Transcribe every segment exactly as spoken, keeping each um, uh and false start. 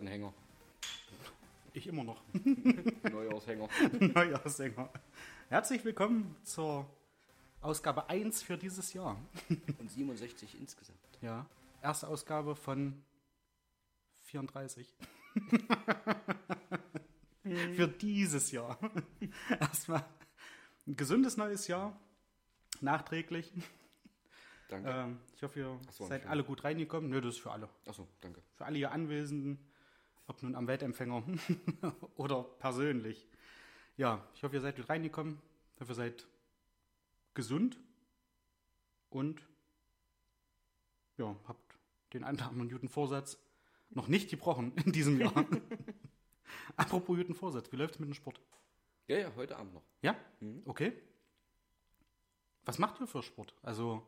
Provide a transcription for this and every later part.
einen Hänger. Ich immer noch. Neujahrshänger. Neujahrshänger. Herzlich willkommen zur Ausgabe eins für dieses Jahr. Und siebenundsechzig insgesamt. Ja, erste Ausgabe von vierunddreißig. Für dieses Jahr. Erstmal ein gesundes neues Jahr. Nachträglich. Danke. Ähm, ich hoffe, ihr So, seid schön. alle gut reingekommen. Nö, das ist für alle. Achso, danke. Für alle hier Anwesenden, ob nun am Weltempfänger oder persönlich. Ja, ich hoffe, ihr seid gut reingekommen. Ich hoffe, ihr seid gesund und ja, habt den einen oder anderen guten Vorsatz noch nicht gebrochen in diesem Jahr. Apropos guten Vorsatz, wie läuft es mit dem Sport? Ja, ja, heute Abend noch. Ja? Mhm. Okay. Was macht ihr für Sport? Also,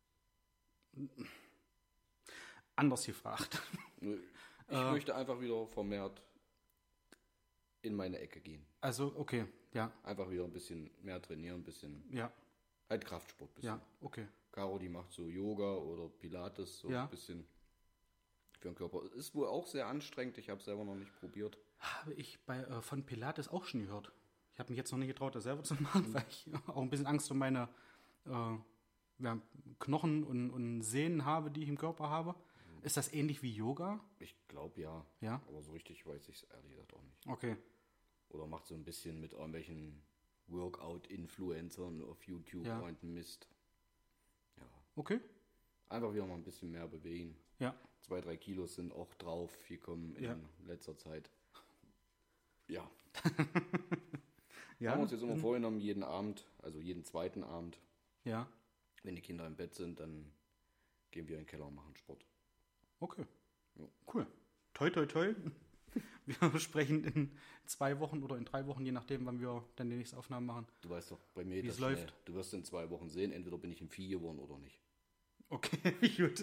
anders gefragt. Ich Äh. möchte einfach wieder vermehrt in meine Ecke gehen. Also, okay, ja, Einfach wieder ein bisschen mehr trainieren, ein bisschen, ja, bisschen. halt Kraftsport. Bisschen. ja, okay. Caro, die macht so Yoga oder Pilates, so Ja. ein bisschen für den Körper. Ist wohl auch sehr anstrengend, ich habe es selber noch nicht probiert. Habe ich bei, äh, von Pilates auch schon gehört. Ich habe mich jetzt noch nicht getraut, das selber zu machen, weil ich auch ein bisschen Angst um meine äh, ja, Knochen und, und Sehnen habe, die ich im Körper habe. Ist das ähnlich wie Yoga? Ich glaube ja, Ja? aber so richtig weiß ich es ehrlich gesagt auch nicht. Okay. Oder macht so ein bisschen mit irgendwelchen Workout-Influencern auf YouTube Ja. und Mist. Ja, Okay. einfach wieder mal ein bisschen mehr bewegen. Ja. Zwei, drei Kilos sind auch drauf gekommen in Ja. letzter Zeit. Ja, Ja. haben wir uns jetzt immer ähm, vorgenommen, jeden Abend, also jeden zweiten Abend, Ja. wenn die Kinder im Bett sind, dann gehen wir in den Keller und machen Sport. Okay. Ja. Cool. Toi, toi, toi. Wir sprechen in zwei Wochen oder in drei Wochen, je nachdem, wann wir dann die nächste Aufnahme machen. Du weißt doch, bei mir Wie das es läuft. Du wirst in zwei Wochen sehen, entweder bin ich ein Vieh geworden oder nicht. Okay, gut.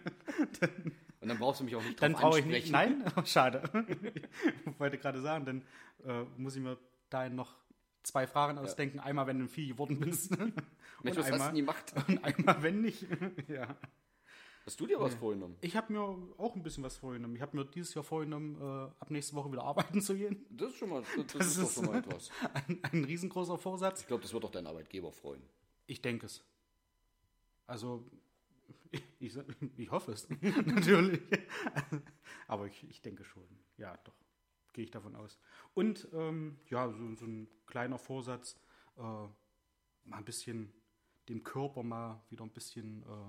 Und dann brauchst du mich auch nicht Dann drauf brauche ich ansprechen. nicht. Nein, schade. Ich wollte gerade sagen, dann äh, muss ich mir da noch zwei Fragen ausdenken. Einmal, wenn du ein Vieh geworden bist. Und Mensch, was hast du einmal, denn gemacht? und einmal, wenn nicht. Ja. Hast du dir was vorgenommen? Ich habe mir auch ein bisschen was vorgenommen. Ich habe mir dieses Jahr vorgenommen, äh, ab nächste Woche wieder arbeiten zu gehen. Das ist schon mal, das, das Das ist, doch ist- schon mal etwas. Ein, ein riesengroßer Vorsatz. Ich glaube, das wird doch dein Arbeitgeber freuen. Ich denke es. Also, ich, ich, ich hoffe es. Natürlich. Aber ich, ich denke schon. Ja, doch. Gehe ich davon aus. Und ähm, ja, so, so ein kleiner Vorsatz, äh, mal ein bisschen dem Körper mal wieder ein bisschen äh,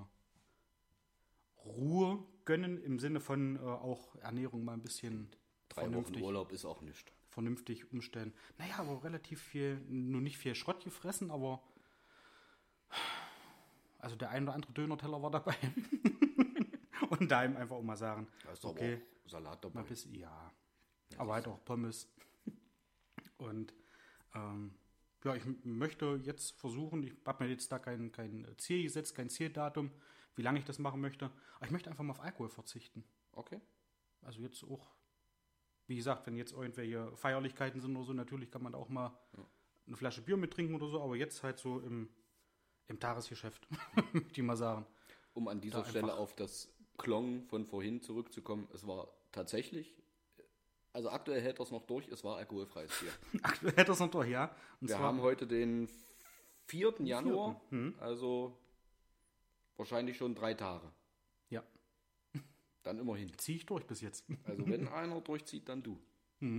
Ruhe gönnen, im Sinne von äh, auch Ernährung mal ein bisschen Drei Wochen vernünftig, Urlaub ist auch nichts. vernünftig umstellen. Naja, aber relativ viel, nur nicht viel Schrott gefressen, aber also der ein oder andere Döner-Teller war dabei. Und da ihm einfach auch mal sagen, Da ist doch okay, aber auch Salat dabei. mal ein bisschen, ja, aber halt auch Pommes. Und ähm, ja, ich m- möchte jetzt versuchen, ich habe mir jetzt da kein, kein Ziel gesetzt, kein Zieldatum, wie lange ich das machen möchte. Aber ich möchte einfach mal auf Alkohol verzichten. Okay. Also jetzt auch, wie gesagt, wenn jetzt irgendwelche Feierlichkeiten sind oder so, natürlich kann man da auch mal eine Flasche Bier mittrinken oder so, aber jetzt halt so im, im Tagesgeschäft, möchte ich mal sagen. Um an dieser Da Stelle einfach- auf das Klong von vorhin zurückzukommen, es war tatsächlich, also aktuell hält das noch durch, es war alkoholfreies Bier. Aktuell hätte das noch durch, ja. Und Wir zwar, haben heute den vierten Januar, Hm. also wahrscheinlich schon drei Tage. Ja, Dann immerhin. ziehe ich durch bis jetzt. Also wenn einer durchzieht, dann du.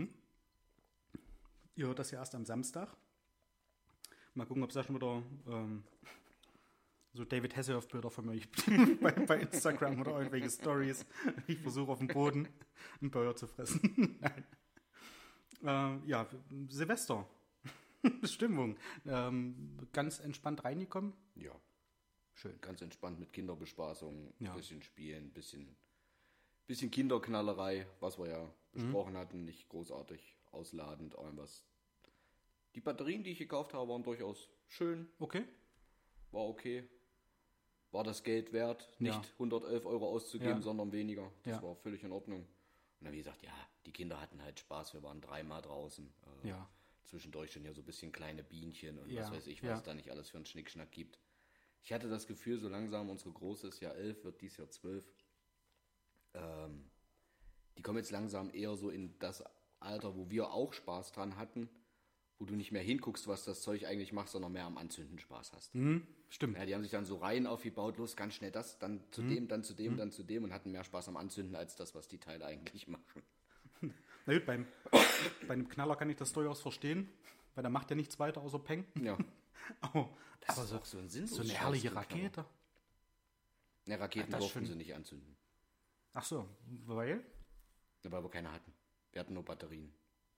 Ihr hört das ja erst am Samstag. Mal gucken, ob es da schon wieder ähm, so David Hasselhoff-Bilder von mir gibt bei, bei Instagram oder irgendwelche Stories. Ich versuche auf dem Boden einen Burger zu fressen. Nein. Ähm, ja, Silvester. Stimmung. Ähm, ganz entspannt reingekommen. Ja, Schön. ganz entspannt mit Kinderbespaßung, Ja. bisschen spielen, bisschen, bisschen Kinderknallerei, was wir ja besprochen hatten, nicht großartig ausladend, irgendwas. Die Batterien, die ich gekauft habe, waren durchaus schön, Okay. war okay. War das Geld wert, nicht Ja. hundertelf Euro auszugeben, Ja. sondern weniger. Das Ja. war völlig in Ordnung. Und dann wie gesagt, ja, die Kinder hatten halt Spaß, wir waren dreimal draußen. Äh, Ja. Zwischendurch schon ja so ein bisschen kleine Bienchen und Ja, was weiß ich, ja. was es da nicht alles für einen Schnickschnack gibt. Ich hatte das Gefühl, so langsam, unsere Große ist ja elf, wird dies Jahr zwölf. Ähm, die kommen jetzt langsam eher so in das Alter, wo wir auch Spaß dran hatten, wo du nicht mehr hinguckst, was das Zeug eigentlich macht, sondern mehr am Anzünden Spaß hast. Mhm, stimmt. Ja, die haben sich dann so Reihen aufgebaut, los, ganz schnell das, dann zu Mhm. dem, dann zu dem, dann zu dem und hatten mehr Spaß am Anzünden als das, was die Teile eigentlich machen. Na gut, beim, bei einem Knaller kann ich das durchaus verstehen, weil da macht ja nichts weiter außer Peng. Ja. aber Das aber ist so, auch so ein so sinnloses eine herrliche Scheiß, Rakete. Ne, Raketen Ja, das durften schon. sie nicht anzünden. Ach so, weil? Weil wir keine hatten. Wir hatten nur Batterien.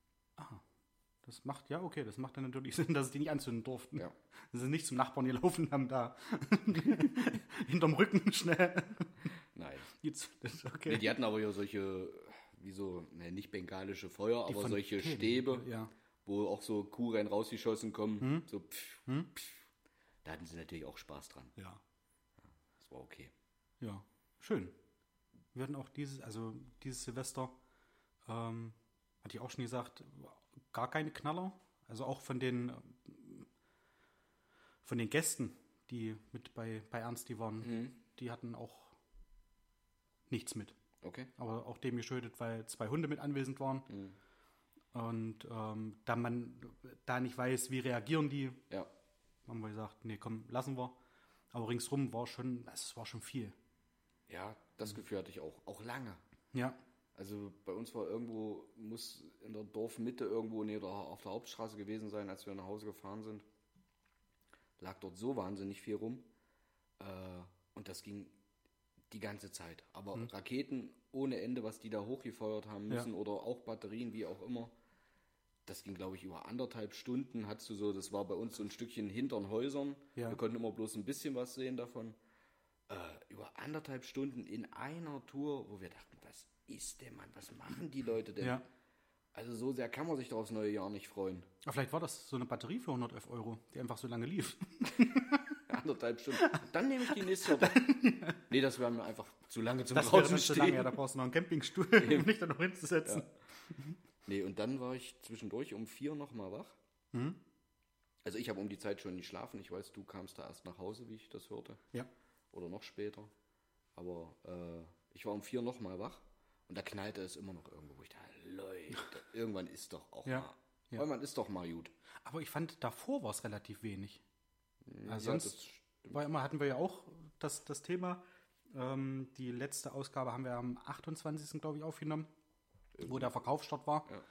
Das macht, ja, okay, das macht dann natürlich Sinn, dass sie die nicht anzünden durften. Ja. Dass sie nicht zum Nachbarn gelaufen haben, da hinterm Rücken schnell. Nein. Jetzt, das, okay. Nee, die hatten aber ja solche, wie so, ne, nicht bengalische Feuer, Die aber von solche Themen, Stäbe, Ja. wo auch so Kuhrennen rausgeschossen kommen. Hm? So pff, pff. Da hatten sie natürlich auch Spaß dran. Ja. Das war okay. Ja. Schön. Wir hatten auch dieses, also dieses Silvester, ähm, hatte ich auch schon gesagt, gar keine Knaller. Also auch von den ähm, von den Gästen, die mit bei, bei Ernst, die waren, Mhm. die hatten auch nichts mit. Okay. Aber auch dem geschuldet, weil zwei Hunde mit anwesend waren. Mhm. Und ähm, da man da nicht weiß, wie reagieren die, Ja. haben wir gesagt, nee, komm, lassen wir. Aber ringsrum war schon, es war schon viel. Ja, das Gefühl hatte ich auch. Auch lange. Ja, Also bei uns war irgendwo, muss in der Dorfmitte irgendwo nee, auf der Hauptstraße gewesen sein, als wir nach Hause gefahren sind. Lag dort so wahnsinnig viel rum. Äh, und das ging die ganze Zeit. Aber Mhm. Raketen ohne Ende, was die da hochgefeuert haben müssen Ja. oder auch Batterien, wie auch immer. Das ging, glaube ich, über anderthalb Stunden. Hattest du so, das war bei uns so ein Stückchen hinter den Häusern. Ja. Wir konnten immer bloß ein bisschen was sehen davon. Äh, über anderthalb Stunden in einer Tour, wo wir dachten, was ist denn, Mann? Was machen die Leute denn? ja. Also so sehr kann man sich doch aufs neue Jahr nicht freuen. Aber vielleicht war das so eine Batterie für hundertelf Euro, die einfach so lange lief. Anderthalb Stunden. Dann nehme ich die nächste Jahr. Nee, das wäre mir einfach zu lange zum Das wäre draußen dann zu lange, ja, stehen. da brauchst du noch einen Campingstuhl, um dich da noch hinzusetzen. Nee, und dann war ich zwischendurch um vier nochmal wach. Mhm. Also ich habe um die Zeit schon geschlafen. Ich weiß, du kamst da erst nach Hause, wie ich das hörte. Ja. Oder noch später. Aber äh, ich war um vier nochmal wach. Und da knallte es immer noch irgendwo, wo ich dachte, Leute, irgendwann ist doch auch Ja, mal. ja. Irgendwann ist doch mal gut. Aber ich fand, davor war es relativ wenig. Also Ja, sonst das war immer, hatten wir ja auch das, das Thema. Ähm, die letzte Ausgabe haben wir am achtundzwanzigsten glaube ich, aufgenommen, wo der Verkaufsstart war. Ja.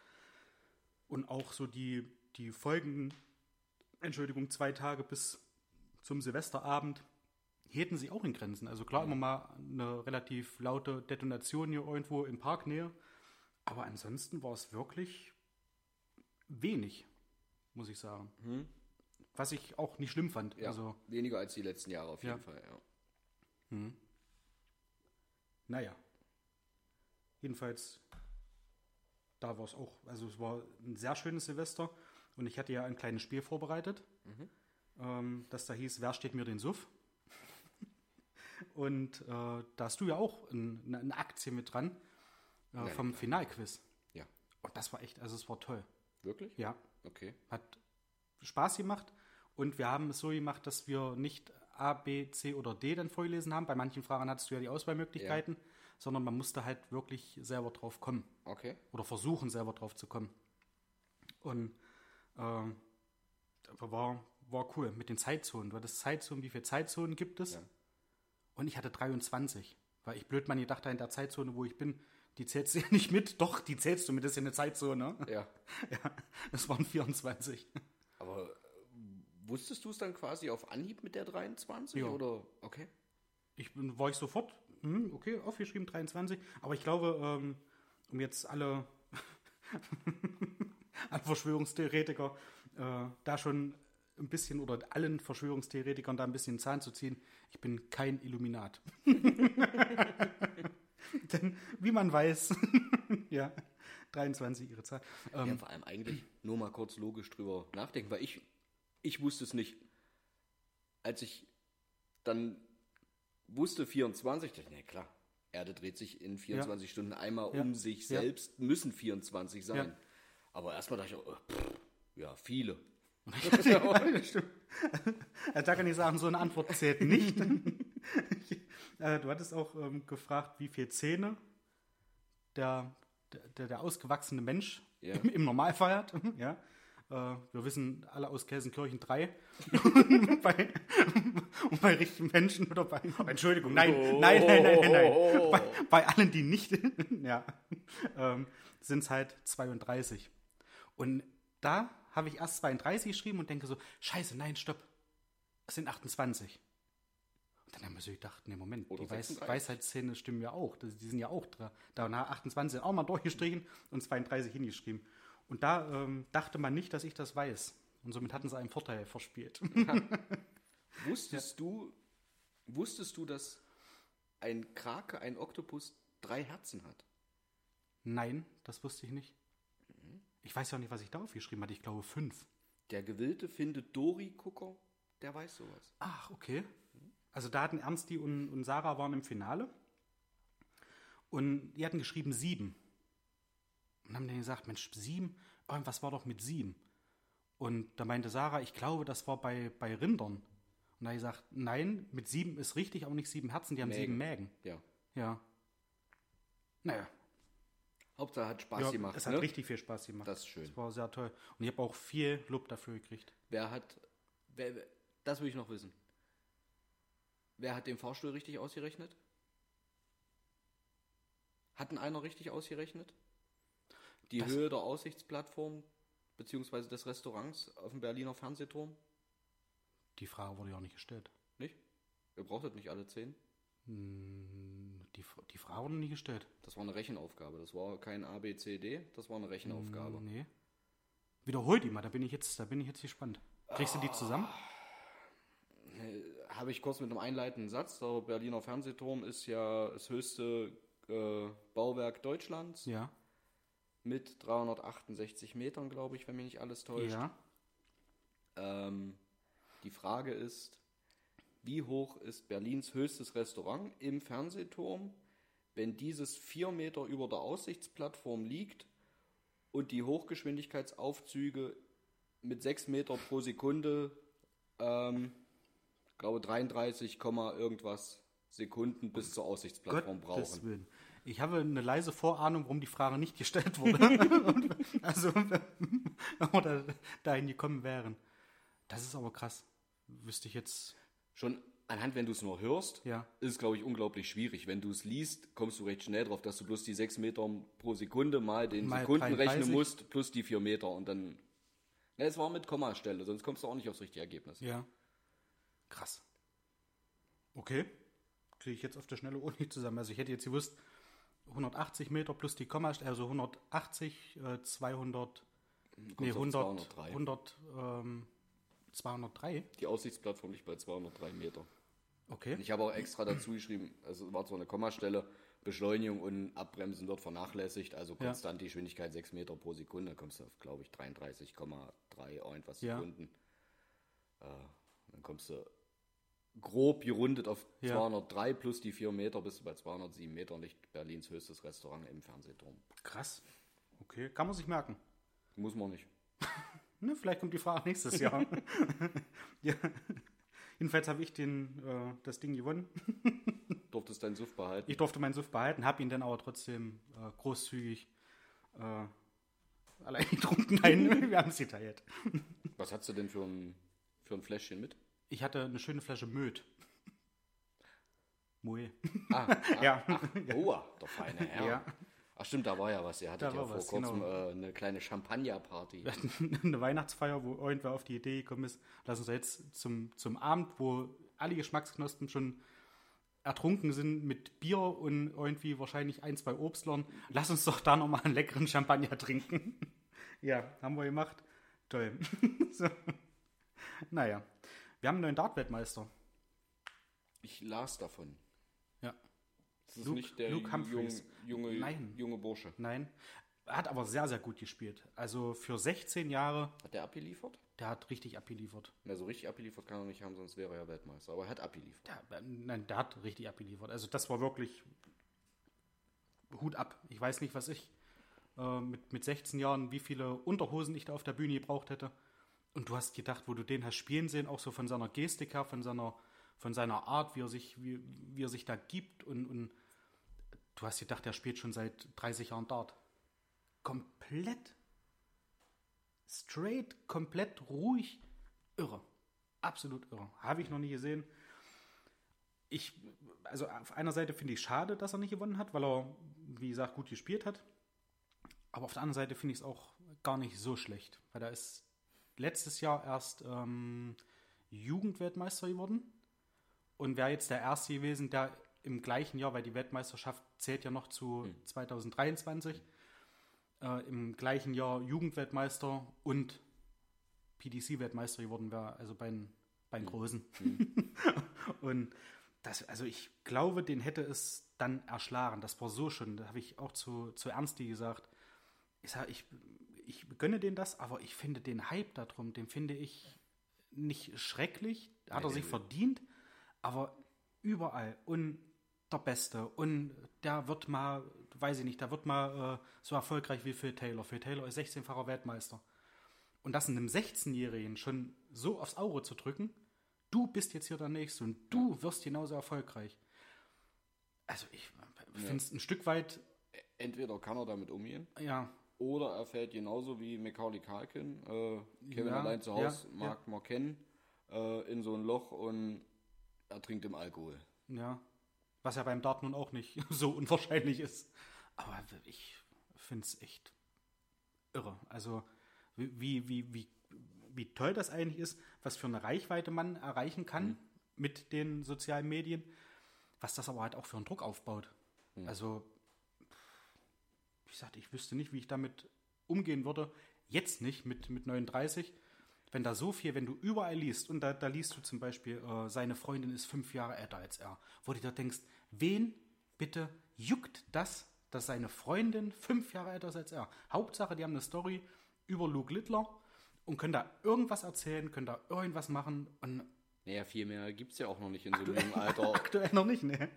Und auch so die, die folgenden, Entschuldigung, zwei Tage bis zum Silvesterabend hielten sie auch in Grenzen. Also klar, immer mal eine relativ laute Detonation hier irgendwo in Parknähe. Aber ansonsten war es wirklich wenig, muss ich sagen. Was ich auch nicht schlimm fand. Ja, Also, weniger als die letzten Jahre auf jeden Ja. Fall, ja. naja. Jedenfalls, da war es auch. Also es war ein sehr schönes Silvester. Und ich hatte ja ein kleines Spiel vorbereitet, ähm, das da hieß, wer steht mir den Suff? Und äh, da hast du ja auch ein, eine, eine Aktie mit dran äh, Nein. vom Finalquiz. Ja. Und das war echt, also es war toll. Wirklich? Ja, Okay. hat Spaß gemacht. Und wir haben es so gemacht, dass wir nicht A, B, C oder D dann vorgelesen haben. Bei manchen Fragen hattest du ja die Auswahlmöglichkeiten, sondern man musste halt wirklich selber drauf kommen. Okay. Oder versuchen, selber drauf zu kommen. Und äh, war, war cool mit den Zeitzonen. Du hattest Zeitzonen, wie viele Zeitzonen gibt es? Ja. Und ich hatte dreiundzwanzig. Weil ich blöd man gedacht habe, in der Zeitzone, wo ich bin, die zählst du ja nicht mit. Doch, die zählst du mit, das ist ja eine Zeitzone. Ja. Ja, es waren vierundzwanzig. Aber äh, wusstest du es dann quasi auf Anhieb mit der dreiundzwanzig? Ja. Oder? Okay. Ich bin, war ich sofort, hm, okay, aufgeschrieben, dreiundzwanzig. Aber ich glaube, ähm, um jetzt alle, alle Verschwörungstheoretiker äh, da schon ein bisschen, oder allen Verschwörungstheoretikern da ein bisschen den Zahn zu ziehen, ich bin kein Illuminat. Denn, wie man weiß, ja, dreiundzwanzig ihre Zahl. Ähm, Ja, vor allem eigentlich nur mal kurz logisch drüber nachdenken, weil ich, ich wusste es nicht. Als ich dann wusste vierundzwanzig, dachte ich, na klar, Erde dreht sich in vierundzwanzig Stunden einmal Ja. um sich Ja. selbst, müssen vierundzwanzig sein. Ja. Aber erstmal dachte ich, oh, pff, ja, viele. Ja, stimmt. Da kann ich sagen, so eine Antwort zählt nicht. Äh, Du hattest auch ähm, gefragt, wie viele Zähne der, der, der ausgewachsene Mensch Ja. im, im Normalfall hat. Ja. Äh, wir wissen alle aus Gelsenkirchen drei. und, bei, und bei richtigen Menschen oder bei. Entschuldigung, nein, Oh. nein, nein, nein, nein, nein. Bei, bei allen, die nicht. ja, ähm, sind es halt zweiunddreißig. Und da habe ich erst zweiunddreißig geschrieben und denke so: Scheiße, nein, stopp. Es sind achtundzwanzig. Und dann haben wir so gedacht: Nee, Moment, Oder die Weiß, sechsunddreißig. Weisheitszähne stimmen ja auch. Das, die sind ja auch dran. Da nach achtundzwanzig auch mal durchgestrichen und zweiunddreißig hingeschrieben. Und da ähm, dachte man nicht, dass ich das weiß. Und somit hatten sie einen Vorteil verspielt. Wusstest du, wusstest du, dass ein Krake, ein Oktopus, drei Herzen hat? Nein, das wusste ich nicht. Ich weiß ja auch nicht, was ich darauf geschrieben hatte. Ich glaube fünf. Der gewillte findet Dori-Gucker, der weiß sowas. Ach, okay. Also da hatten Ernsti und, und Sarah waren im Finale. Und die hatten geschrieben sieben. Und haben dann gesagt: Mensch, sieben? Irgendwas war doch mit sieben. Und da meinte Sarah: Ich glaube, das war bei, bei Rindern. Und da habe ich gesagt: Nein, mit sieben ist richtig, aber nicht sieben Herzen, die haben Mägen. sieben Mägen. Ja. Ja. Naja. Hauptsache hat Spaß Ja, gemacht. es hat ne? richtig viel Spaß gemacht. Das ist schön. Es war sehr toll. Und ich habe auch viel Lob dafür gekriegt. Wer hat, wer, wer- das will ich noch wissen. Wer hat den Fahrstuhl richtig ausgerechnet? Hatten einer richtig ausgerechnet? Die Das- Höhe der Aussichtsplattform beziehungsweise des Restaurants auf dem Berliner Fernsehturm? Die Frage wurde ja auch nicht gestellt. Nicht? Ihr brauchtet nicht alle zehn. Hm, Die, die Frage wurde nie gestellt. Das war eine Rechenaufgabe. Das war kein A, B, C, D. Das war eine Rechenaufgabe. Nee. Wiederhol die mal, da bin ich jetzt, da bin ich jetzt gespannt. Kriegst du die zusammen? Habe ich kurz mit einem einleitenden Satz. Der Berliner Fernsehturm ist ja das höchste äh, Bauwerk Deutschlands Ja. mit dreihundertachtundsechzig Metern, glaube ich, wenn mich nicht alles täuscht. Ja. Ähm, die Frage ist, wie hoch ist Berlins höchstes Restaurant im Fernsehturm, wenn dieses vier Meter über der Aussichtsplattform liegt und die Hochgeschwindigkeitsaufzüge mit sechs Meter pro Sekunde, ähm, glaube dreiunddreißig, irgendwas Sekunden bis zur Aussichtsplattform Gottes brauchen. Willen. Ich habe eine leise Vorahnung, warum die Frage nicht gestellt wurde. Und, also, oder dahin gekommen wären. Das ist aber krass. Wüsste ich jetzt. Schon anhand, wenn du es nur hörst, Ja. ist es, glaube ich, unglaublich schwierig. Wenn du es liest, kommst du recht schnell drauf, dass du bloß die sechs Meter pro Sekunde mal den Mal Sekunden rechnen dreiunddreißig. musst, plus die vier Meter und dann... Ne, es war mit Kommastelle, sonst kommst du auch nicht aufs richtige Ergebnis. Ja. Krass. Okay. Kriege ich jetzt auf der Schnelle auch nicht zusammen. Also ich hätte jetzt gewusst, hundertachtzig Meter plus die Komma, also hundertachtzig, äh, zweihundert, Du kommst nee, auf hundert, zweihundertdrei. hundert, ähm, zweihundertdrei. Die Aussichtsplattform liegt bei zweihundertdrei Meter. Okay. Und ich habe auch extra dazu geschrieben, also war zwar eine Kommastelle, Beschleunigung und Abbremsen wird vernachlässigt, also Ja. konstant die Geschwindigkeit sechs Meter pro Sekunde, kommst du auf, glaube ich, dreiunddreißig Komma drei irgendwas Ja. Sekunden. Äh, dann kommst du grob gerundet auf Ja. zweihundertdrei plus die vier Meter, bist du bei zweihundertsieben Metern, liegt Berlins höchstes Restaurant im Fernsehturm. Krass. Okay, kann man sich merken. Muss man nicht. Ne, vielleicht kommt die Frage nächstes Jahr. ja. Jedenfalls habe ich den, äh, das Ding gewonnen. Durftest deinen Suff behalten. Ich durfte meinen Suff behalten, habe ihn dann aber trotzdem äh, großzügig äh, allein getrunken. Nein, wir haben es geteilt. Was hast du denn für ein, für ein Fläschchen mit? Ich hatte eine schöne Flasche Möd. Moe. Ah, ah Ja. oh, der feine Herr. Ja. Ach stimmt, da war ja was. Ihr hattet Da ja war vor was, kurzem genau. äh, eine kleine Champagnerparty. Wir hatten eine Weihnachtsfeier, wo irgendwer auf die Idee gekommen ist, lass uns jetzt zum, zum Abend, wo alle Geschmacksknospen schon ertrunken sind mit Bier und irgendwie wahrscheinlich ein, zwei Obstlern, lass uns doch da nochmal einen leckeren Champagner trinken. Ja, haben wir gemacht. Toll. so. Naja, wir haben einen neuen Dart-Weltmeister. Ich las davon. Ja. Das ist Luke- nicht der Luke Humphreys. junge, junge, Nein. junge Bursche. Nein, er hat aber sehr, sehr gut gespielt. Also für sechzehn Jahre, Hat der abgeliefert? der hat richtig abgeliefert. Na, so richtig abgeliefert kann er nicht haben, sonst wäre er ja Weltmeister. Aber er hat abgeliefert. Der, äh, nein, der hat richtig abgeliefert. Also das war wirklich Hut ab. Ich weiß nicht, was ich äh, mit, mit sechzehn Jahren, wie viele Unterhosen ich da auf der Bühne gebraucht hätte. Und du hast gedacht, wo du den hast spielen sehen, auch so von seiner Gestik her, von seiner, von seiner Art, wie er sich, wie, wie er sich da gibt und, und du hast gedacht, der spielt schon seit dreißig Jahren Dart. Komplett straight, komplett ruhig, irre. Absolut irre. Habe ich noch nie gesehen. Ich, also auf einer Seite finde ich schade, dass er nicht gewonnen hat, weil er, wie gesagt, gut gespielt hat. Aber auf der anderen Seite finde ich es auch gar nicht so schlecht, weil er ist letztes Jahr erst ähm, Jugendweltmeister geworden und wäre jetzt der Erste gewesen, der im gleichen Jahr, weil die Weltmeisterschaft zählt ja noch zu hm. zwanzig dreiundzwanzig, äh, im gleichen Jahr Jugendweltmeister und P D C-Weltmeister geworden wäre, also bei den, bei den hm. Großen. Hm. Und das, also ich glaube, den hätte es dann erschlagen. Das war so schön, da habe ich auch zu, zu Ernsti gesagt. Ich sage, ich, ich gönne denen das, aber ich finde den Hype darum, den finde ich nicht schrecklich, hat er sich verdient, aber überall und der Beste und der wird mal, weiß ich nicht, der wird mal äh, so erfolgreich wie Phil Taylor. Phil Taylor ist sechzehnfacher Weltmeister. Und das in einem sechzehnjährigen schon so aufs Auge zu drücken, du bist jetzt hier der Nächste und du wirst genauso erfolgreich. Also ich finde es ja. ein Stück weit... Entweder kann er damit umgehen, ja. oder er fällt genauso wie Macaulay Culkin, äh, Kevin ja, allein zu Hause, ja, mag ja. man kennen, äh, in so ein Loch und ertrinkt im Alkohol. Ja, was ja beim Dart nun auch nicht so unwahrscheinlich ist. Aber ich finde es echt irre. Also wie, wie, wie, wie toll das eigentlich ist, was für eine Reichweite man erreichen kann mhm. mit den sozialen Medien, was das aber halt auch für einen Druck aufbaut. Mhm. Also wie gesagt, ich wüsste nicht, wie ich damit umgehen würde. Jetzt nicht mit, mit neununddreißig. Wenn da so viel, wenn du überall liest, und da, da liest du zum Beispiel, äh, seine Freundin ist fünf Jahre älter als er, wo du da denkst, wen bitte juckt das, dass seine Freundin fünf Jahre älter ist als er? Hauptsache, die haben eine Story über Luke Littler und können da irgendwas erzählen, können da irgendwas machen. Und naja, viel mehr gibt es ja auch noch nicht in so einem jungen Alter. Aktuell noch nicht, ne.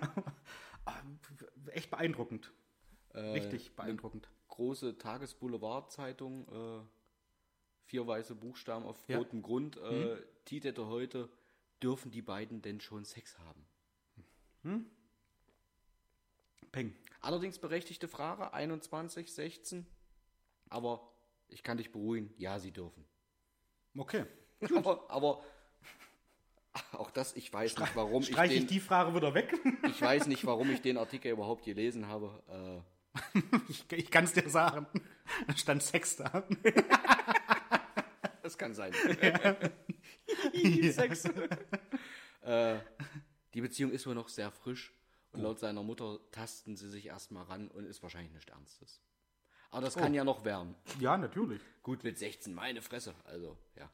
Echt beeindruckend. Richtig beeindruckend. Große Tagesboulevard-Zeitung, äh, vier weiße Buchstaben auf ja. rotem Grund, äh, mhm. titelte heute, dürfen die beiden denn schon Sex haben? Hm? Peng. Allerdings berechtigte Frage, einundzwanzig, sechzehn, aber ich kann dich beruhigen, ja, sie dürfen. Okay. aber, aber auch das, ich weiß Stre- nicht, warum ich den... Streiche ich die Frage wieder weg? Ich weiß nicht, warum ich den Artikel überhaupt gelesen habe, äh, Ich, ich kann es dir sagen. Da stand Sex da. Das kann sein. Ja. Sex. äh, die Beziehung ist wohl noch sehr frisch und laut seiner Mutter tasten sie sich erstmal ran und ist wahrscheinlich nichts Ernstes. Aber das kann oh. ja noch werden. Ja, natürlich. Gut, mit sechzehn, meine Fresse. Also, ja.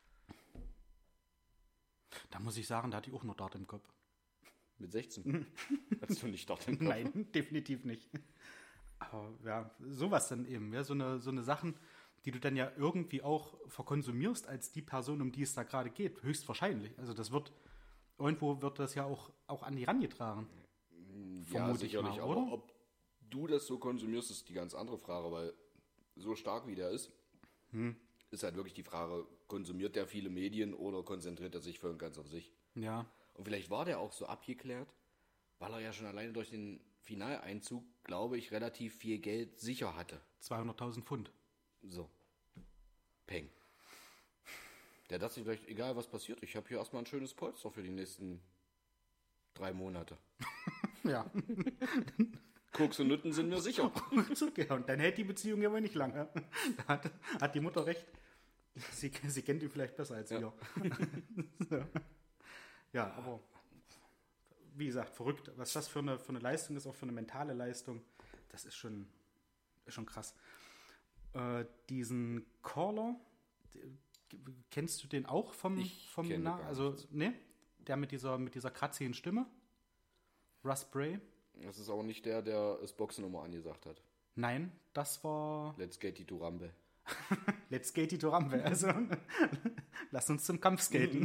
Da muss ich sagen, da hatte ich auch nur Dart im Kopf. Mit sechzehn? Hattest du nicht Dart im Kopf? Nein, definitiv nicht. Aber ja, sowas dann eben, ja, so eine, so eine Sachen, die du dann ja irgendwie auch verkonsumierst als die Person, um die es da gerade geht, höchstwahrscheinlich. Also das wird, irgendwo wird das ja auch, auch an die rangetragen. Ja, sicherlich, mal, aber ob du das so konsumierst, ist die ganz andere Frage, weil so stark wie der ist, hm. ist halt wirklich die Frage, konsumiert der viele Medien oder konzentriert er sich voll und ganz auf sich? Ja. Und vielleicht war der auch so abgeklärt, weil er ja schon alleine durch den Finaleinzug, glaube ich, relativ viel Geld sicher hatte. zweihunderttausend Pfund. So. Peng. Der dachte sich vielleicht, egal was passiert, ich habe hier erstmal ein schönes Polster für die nächsten drei Monate. Ja. Koks und Nutten sind mir sicher. Ja, und dann hält die Beziehung ja wohl nicht lange. Da hat, hat die Mutter recht. Sie, sie kennt ihn vielleicht besser als ja. wir. So. Ja, aber wie gesagt, verrückt. Was das für eine, für eine Leistung ist, auch für eine mentale Leistung, das ist schon, ist schon krass. Äh, diesen Caller, kennst du den auch vom, ich vom kenne Na- gar also nichts. ne, der mit dieser mit dieser kratzigen Stimme? Russ Bray? Das ist aber nicht der, der das Boxennummer angesagt hat. Nein, das war Let's Skate die Turambe. Let's Skate die Turambe. Also lass uns zum Kampf skaten.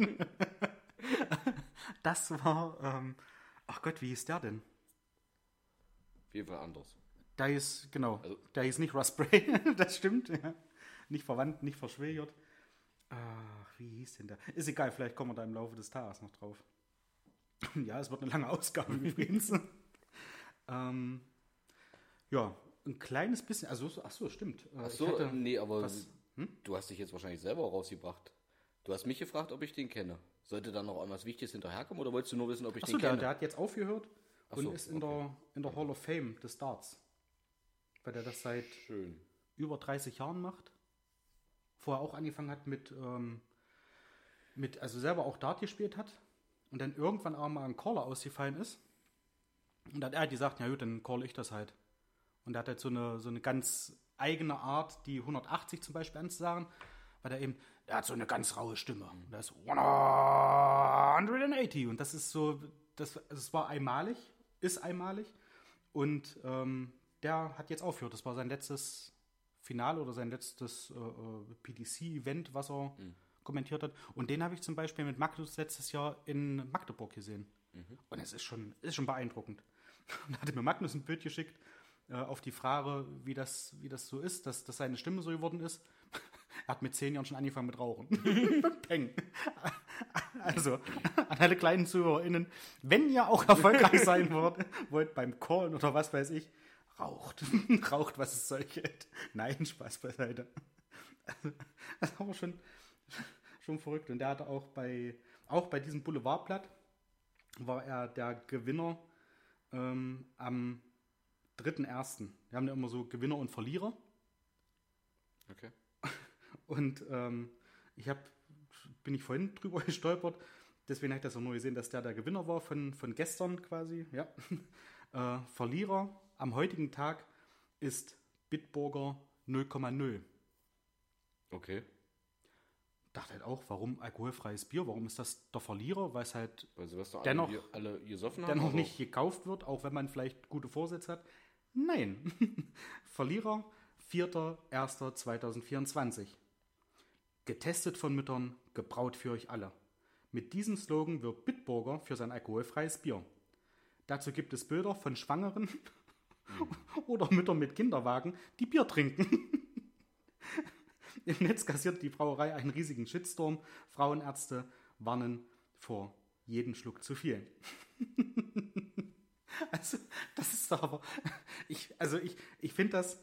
Das war, ähm, ach Gott, wie hieß der denn? Auf jeden Fall anders. Der hieß, genau, also, der hieß nicht Russ Bray, das stimmt. Ja. Nicht verwandt, nicht verschwägert. Ach, wie hieß denn der? Ist egal, vielleicht kommen wir da im Laufe des Tages noch drauf. Ja, es wird eine lange Ausgabe übrigens. Ähm, ja, ein kleines bisschen, also, ach so, stimmt. Äh, Ach ich so, hatte nee, aber was- du hast dich jetzt wahrscheinlich selber rausgebracht. Du hast mich gefragt, ob ich den kenne. Sollte da noch irgendwas Wichtiges hinterherkommen oder wolltest du nur wissen, ob ich Achso, den der, kenne? der hat jetzt aufgehört Ach und so, ist in, okay. der, in der Hall of Fame des Darts. Weil der das seit Schön. über dreißig Jahren macht. Vorher auch angefangen hat mit, ähm, mit also selber auch Dart gespielt hat und dann irgendwann auch mal ein Caller ausgefallen ist. Und dann hat er halt gesagt, ja gut, dann call ich das halt. Und er hat halt so eine, so eine ganz eigene Art, die hundertachtzig zum Beispiel anzusagen, weil er eben, der hat so eine ganz raue Stimme. Und der ist hundertachtzig und das ist so, das, das war einmalig, ist einmalig und ähm, der hat jetzt aufgehört. Das war sein letztes Finale oder sein letztes äh, P D C-Event, was er mhm. kommentiert hat. Und den habe ich zum Beispiel mit Magnus letztes Jahr in Magdeburg gesehen. Mhm. Und es ist schon, ist schon beeindruckend. Und da hatte mir Magnus ein Bild geschickt äh, auf die Frage, wie das, wie das so ist, dass, dass seine Stimme so geworden ist. Er hat mit zehn Jahren schon angefangen mit Rauchen. Peng. Also, an alle kleinen ZuhörerInnen, wenn ihr auch erfolgreich sein wollt, wollt beim Callen oder was weiß ich, raucht. Raucht, was es soll geht. Nein, Spaß beiseite. Also, das ist aber schon, schon verrückt. Und der hatte auch bei, auch bei diesem Boulevardblatt war er der Gewinner ähm, am dritten ersten Wir haben ja immer so Gewinner und Verlierer. Okay. Und ähm, ich habe, bin ich vorhin drüber gestolpert, deswegen habe ich das auch nur gesehen, dass der der Gewinner war von, von gestern quasi. Ja. Äh, Verlierer am heutigen Tag ist Bitburger null Komma null. Okay. Dachte halt auch, warum alkoholfreies Bier? Warum ist das der Verlierer? Weil es halt Weil Silvester dennoch, alle, alle gesoffen haben? dennoch oder? nicht gekauft wird, auch wenn man vielleicht gute Vorsätze hat. Nein. Verlierer vierter erster zweitausendvierundzwanzig. Getestet von Müttern, gebraut für euch alle. Mit diesem Slogan wirbt Bitburger für sein alkoholfreies Bier. Dazu gibt es Bilder von Schwangeren mhm. oder Müttern mit Kinderwagen, die Bier trinken. Im Netz kassiert die Brauerei einen riesigen Shitstorm. Frauenärzte warnen vor jedem Schluck zu viel. Also, das ist doch aber... Ich, also, ich, ich finde das...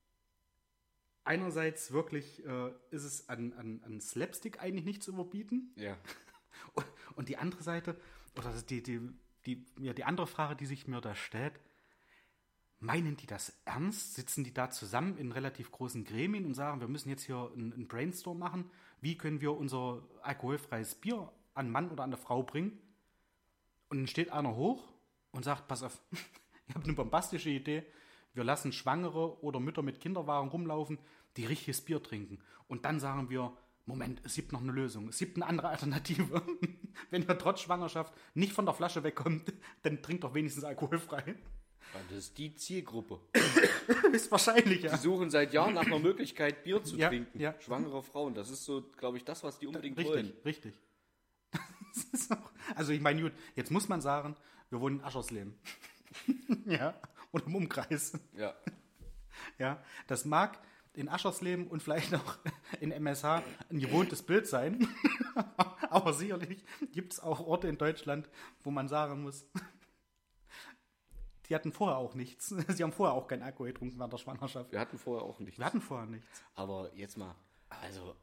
Einerseits wirklich äh, ist es an, an, an Slapstick eigentlich nicht zu überbieten. Ja. Und, und die andere Seite, oder die, die, die, ja, die andere Frage, die sich mir da stellt, meinen die das ernst? Sitzen die da zusammen in relativ großen Gremien und sagen, wir müssen jetzt hier einen, einen Brainstorm machen, wie können wir unser alkoholfreies Bier an Mann oder an der Frau bringen? Und dann steht einer hoch und sagt, pass auf, ich habe eine bombastische Idee, wir lassen Schwangere oder Mütter mit Kinderwagen rumlaufen, die richtiges Bier trinken. Und dann sagen wir, Moment, es gibt noch eine Lösung, es gibt eine andere Alternative. Wenn ihr trotz Schwangerschaft nicht von der Flasche wegkommt, dann trinkt doch wenigstens alkoholfrei. Das ist die Zielgruppe. Ist wahrscheinlich, ja. Die suchen seit Jahren nach einer Möglichkeit, Bier zu Ja, trinken. ja. Schwangere Frauen, das ist so, glaube ich, das, was die unbedingt Richtig, wollen. richtig. Das ist auch, also ich meine, gut, jetzt muss man sagen, wir wohnen in Aschersleben. Ja, und im Umkreis. Ja. Ja, das mag in Aschersleben und vielleicht auch in M S H ein gewohntes Bild sein. Aber sicherlich gibt es auch Orte in Deutschland, wo man sagen muss, die hatten vorher auch nichts. Sie haben vorher auch kein Alkohol getrunken während der Schwangerschaft. Wir hatten vorher auch nichts. Wir hatten vorher nichts. Aber jetzt mal, also,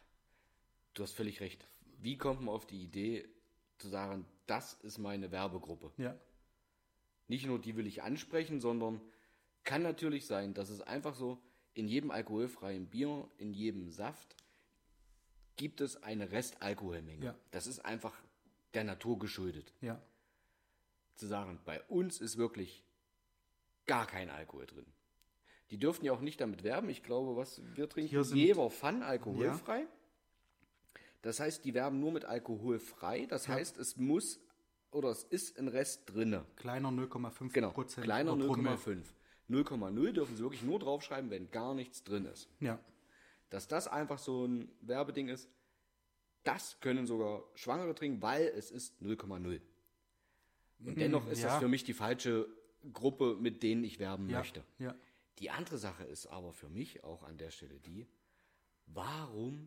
du hast völlig recht. Wie kommt man auf die Idee, zu sagen, das ist meine Werbegruppe? Ja. Nicht nur die will ich ansprechen, sondern kann natürlich sein, dass es einfach so, in jedem alkoholfreien Bier, in jedem Saft, gibt es eine Restalkoholmenge. Ja. Das ist einfach der Natur geschuldet. Ja. Zu sagen, bei uns ist wirklich gar kein Alkohol drin. Die dürften ja auch nicht damit werben. Ich glaube, was wir trinken, Hier sind- Jever Fun alkoholfrei. Das heißt, die werben nur mit alkoholfrei. Das Ja. heißt, es muss oder es ist ein Rest drinne. Kleiner null Komma fünf Genau, Prozent. kleiner oder null Komma Promille. fünf. null Komma null dürfen sie wirklich nur draufschreiben, wenn gar nichts drin ist. Ja. Dass das einfach so ein Werbeding ist, das können sogar Schwangere trinken, weil es ist null Komma null. Und dennoch ist ja. das für mich die falsche Gruppe, mit denen ich werben Ja. möchte. Ja. Die andere Sache ist aber für mich auch an der Stelle die, warum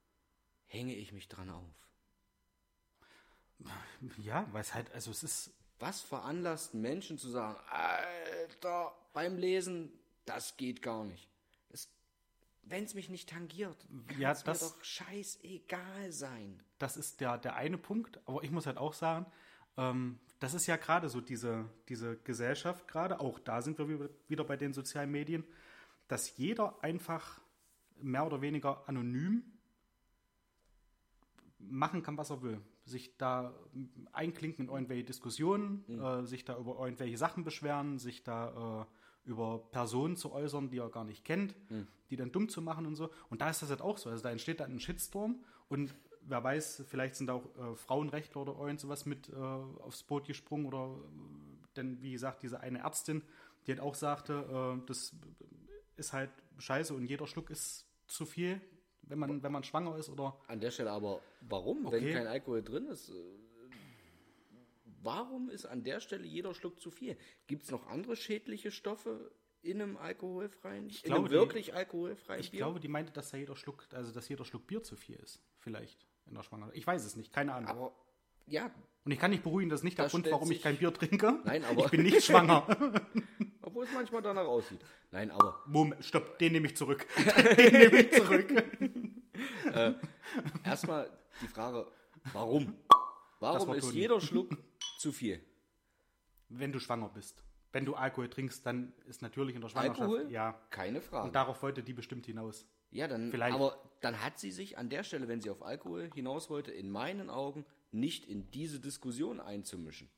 hänge ich mich dran auf? Ja, weil es halt, also es ist, Was veranlasst Menschen zu sagen, Alter, beim Lesen, das geht gar nicht. Wenn es mich nicht tangiert, kann Ja, es mir das- doch scheißegal sein. Das ist der, der eine Punkt, aber ich muss halt auch sagen, ähm, das ist ja gerade so diese, diese Gesellschaft gerade, auch da sind wir wieder- wieder bei den sozialen Medien, dass jeder einfach mehr oder weniger anonym machen kann, was er will. Sich da einklinken in irgendwelche Diskussionen, äh, sich da über irgendwelche Sachen beschweren, sich da äh, über Personen zu äußern, die er gar nicht kennt, die dann dumm zu machen und so. Und da ist das halt auch so. Also da entsteht dann ein Shitstorm und wer weiß, vielleicht sind da auch äh, Frauenrechtler oder irgend sowas mit äh, aufs Boot gesprungen oder äh, denn wie gesagt, diese eine Ärztin, die halt auch sagte, äh, das ist halt scheiße und jeder Schluck ist zu viel, wenn man, wenn man schwanger ist oder An der Stelle aber, warum, Okay. wenn kein Alkohol drin ist? äh, Warum ist an der Stelle jeder Schluck zu viel? Gibt es noch andere schädliche Stoffe in einem alkoholfreien, Ich in glaube, einem die- wirklich alkoholfreien ich Bier? glaube, die meinte, dass da jeder Schluck, also dass jeder Schluck Bier zu viel ist, vielleicht in der Schwangerschaft. Ich weiß es nicht, keine Ahnung. aber ja, Und ich kann nicht beruhigen, das ist nicht der Da Grund, stellt warum ich sich- kein Bier trinke. Nein, aber- Ich bin nicht schwanger. obwohl es manchmal danach aussieht. Nein, aber Moment, stopp, den nehme ich zurück. Den nehme ich zurück. erstmal die Frage, warum? Warum war ist Toni. jeder Schluck zu viel? Wenn du schwanger bist. Wenn du Alkohol trinkst, dann ist natürlich in der Schwangerschaft. Alkohol? Ja. Keine Frage. Und darauf wollte die bestimmt hinaus. Ja, dann, Vielleicht. aber dann hat sie sich an der Stelle, wenn sie auf Alkohol hinaus wollte, in meinen Augen nicht in diese Diskussion einzumischen.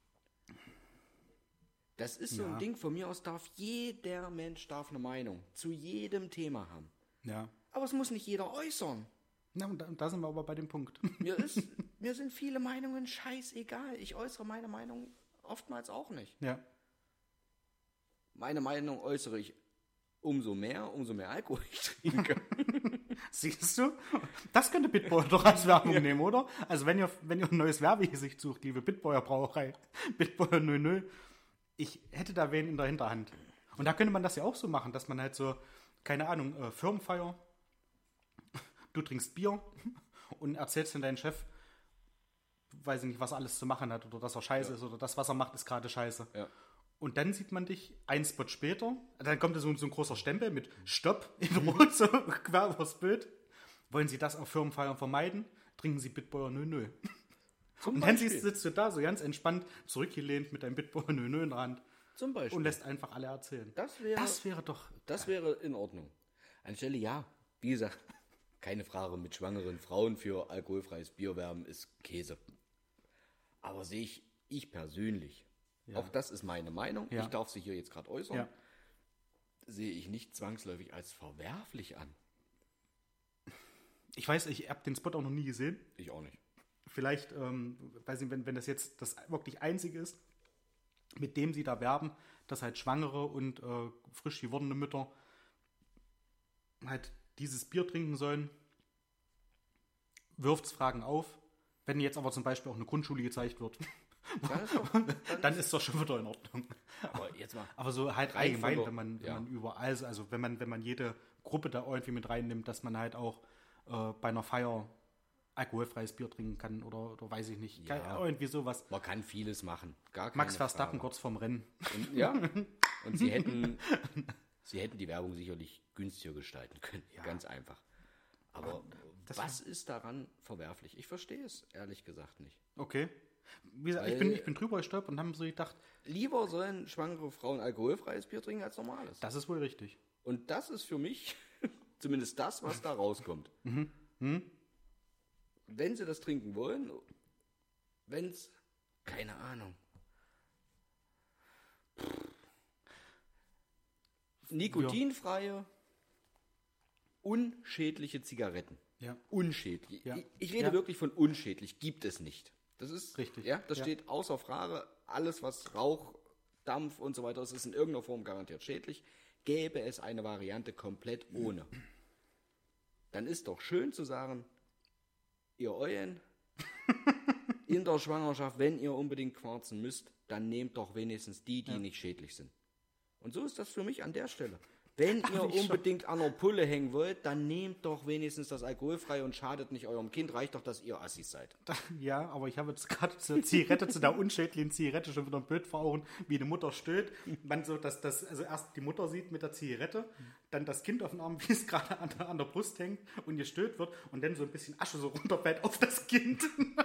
Das ist so Ja. ein Ding, von mir aus darf jeder Mensch darf eine Meinung zu jedem Thema haben. Ja. Aber es muss nicht jeder äußern. Na, und da, und da sind wir aber bei dem Punkt. Mir, ist, mir sind viele Meinungen scheißegal. Ich äußere meine Meinung oftmals auch nicht. Ja. Meine Meinung äußere ich umso mehr, umso mehr Alkohol ich trinke. Siehst du? Das könnte Bitboy doch als Werbung nehmen, oder? Also wenn ihr, wenn ihr ein neues Werbegesicht sucht, liebe Bitboyer Brauerei, Bitboyer null null, ich hätte da wen in der Hinterhand. Und da könnte man das ja auch so machen, dass man halt so, keine Ahnung, äh, Firmenfeier, du trinkst Bier und erzählst dann deinen Chef, weiß ich nicht, was er alles zu machen hat oder dass er scheiße ist oder das, was er macht, ist gerade scheiße. Ja. Und dann sieht man dich ein Spot später, dann kommt so, so ein großer Stempel mit Stopp in Rot, so quer übers Bild. Wollen Sie das auf Firmenfeiern vermeiden? Trinken Sie Bitboyer null null. Zum Und dann Beispiel. siehst, sitzt du da so ganz entspannt zurückgelehnt mit deinem Bitboyer null null in der Hand Zum Beispiel. und lässt einfach alle erzählen. Das wäre, Das wäre doch... das wäre in Ordnung. Anstelle, ja, wie gesagt, keine Frage, mit schwangeren Frauen für alkoholfreies Bier werben ist Käse. Aber sehe ich, ich persönlich, auch das ist meine Meinung, Ja. ich darf sie hier jetzt gerade äußern, Ja. sehe ich nicht zwangsläufig als verwerflich an. Ich weiß, ich habe den Spot auch noch nie gesehen. Ich auch nicht. Vielleicht, ähm, weiß nicht, wenn, wenn das jetzt das wirklich Einzige ist, mit dem sie da werben, dass halt Schwangere und äh, frisch gewordene Mütter halt dieses Bier trinken sollen, wirft's Fragen auf. Wenn jetzt aber zum Beispiel auch eine Grundschule gezeigt wird, Dann ist doch, dann dann ist das schon wieder in Ordnung. aber jetzt mal, Aber so halt Rein allgemein, von der- wenn man, wenn ja. man überall, also wenn man, wenn man jede Gruppe da irgendwie mit reinnimmt, dass man halt auch äh, bei einer Feier alkoholfreies Bier trinken kann oder, oder weiß ich nicht. Ja. Kein- Irgendwie sowas. man kann vieles machen. Gar keine Max Verstappen Frage. kurz vorm Rennen. Und, ja, und sie hätten, sie hätten die Werbung sicherlich günstiger gestalten können. Ganz einfach. Aber das was ist daran verwerflich? Ich verstehe es ehrlich gesagt nicht. Okay. Wie gesagt, ich Weil- bin, ich bin drüber gestolpert und habe so gedacht, Lieber sollen schwangere Frauen alkoholfreies Bier trinken als normales. das ist wohl richtig. Und das ist für mich zumindest das, was da rauskommt. Wenn sie das trinken wollen, wenn es, keine Ahnung, nikotinfreie, unschädliche Zigaretten. Ja. Unschädlich. Ja. Ich, ich rede Ja. wirklich von unschädlich. Gibt es nicht. Das ist Richtig. Ja, das Ja. steht außer Frage. Alles, was Rauch, Dampf und so weiter ist, ist in irgendeiner Form garantiert schädlich. Gäbe es eine Variante komplett ohne, dann ist doch schön zu sagen, ihr Eulen, in der Schwangerschaft, wenn ihr unbedingt quarzen müsst, dann nehmt doch wenigstens die, die nicht schädlich sind. Und so ist das für mich an der Stelle. Wenn ihr ich schon. unbedingt an der Pulle hängen wollt, dann nehmt doch wenigstens das alkoholfrei und schadet nicht eurem Kind. Reicht doch, dass ihr Assis seid. Ja, aber ich habe jetzt gerade zur Zigarette, zu der unschädlichen Zigarette schon wieder ein Bild vor Augen, wie eine Mutter stöhnt. Man so, dass das, also erst die Mutter sieht mit der Zigarette, dann das Kind auf dem Arm, wie es gerade an der, an der Brust hängt und gestöhnt wird und dann so ein bisschen Asche so runterfällt auf das Kind.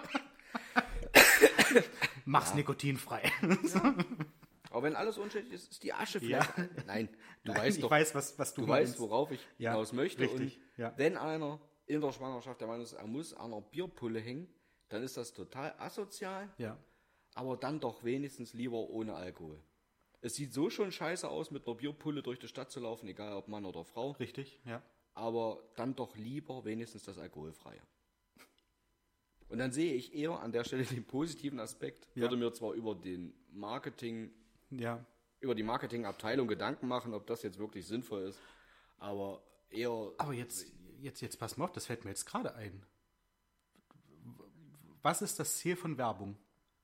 Mach's ja. nikotinfrei. Ja. Aber wenn alles unschädlich ist, ist die Asche vielleicht... Ja. Nein, du Nein, weißt ich doch, weiß, was, was du, du meinst. weißt, worauf ich ja, hinaus möchte. Richtig, und ja. wenn einer in der Schwangerschaft der Meinung ist, er muss an einer Bierpulle hängen, dann ist das total asozial, ja. aber dann doch wenigstens lieber ohne Alkohol. Es sieht so schon scheiße aus, mit einer Bierpulle durch die Stadt zu laufen, egal ob Mann oder Frau. Richtig, ja. Aber dann doch lieber wenigstens das Alkoholfreie. Und dann sehe ich eher an der Stelle den positiven Aspekt. Ja. Würde mir zwar über den Marketing, ja. über die Marketingabteilung Gedanken machen, ob das jetzt wirklich sinnvoll ist, aber eher... Aber jetzt, jetzt, jetzt pass mal auf, das fällt mir jetzt gerade ein. Was ist das Ziel von Werbung?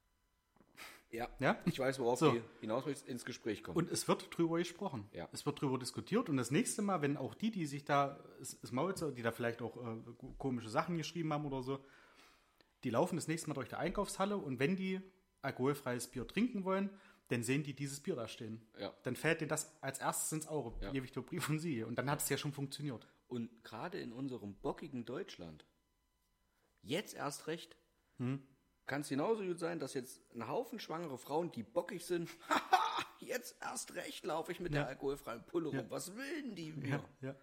Ja, ja? Ich weiß, worauf so. du hinaus willst, ins Gespräch kommen. Und es wird drüber gesprochen. Ja. Es wird drüber diskutiert. Und das nächste Mal, wenn auch die, die sich da das Maul, die da vielleicht auch äh, komische Sachen geschrieben haben oder so, die laufen das nächste Mal durch die Einkaufshalle und wenn die alkoholfreies Bier trinken wollen, dann sehen die dieses Bier da stehen. Ja. Dann fällt denen das als erstes ins Auge, ja. gebe ich dir Brief und Siegel. Und dann hat es ja schon funktioniert. Und gerade in unserem bockigen Deutschland, jetzt erst recht, hm. kann es genauso gut sein, dass jetzt ein Haufen schwangere Frauen, die bockig sind, haha, jetzt erst recht laufe ich mit ja. der alkoholfreien Pulle rum. Ja. Was will denn die mir? Ja, ja.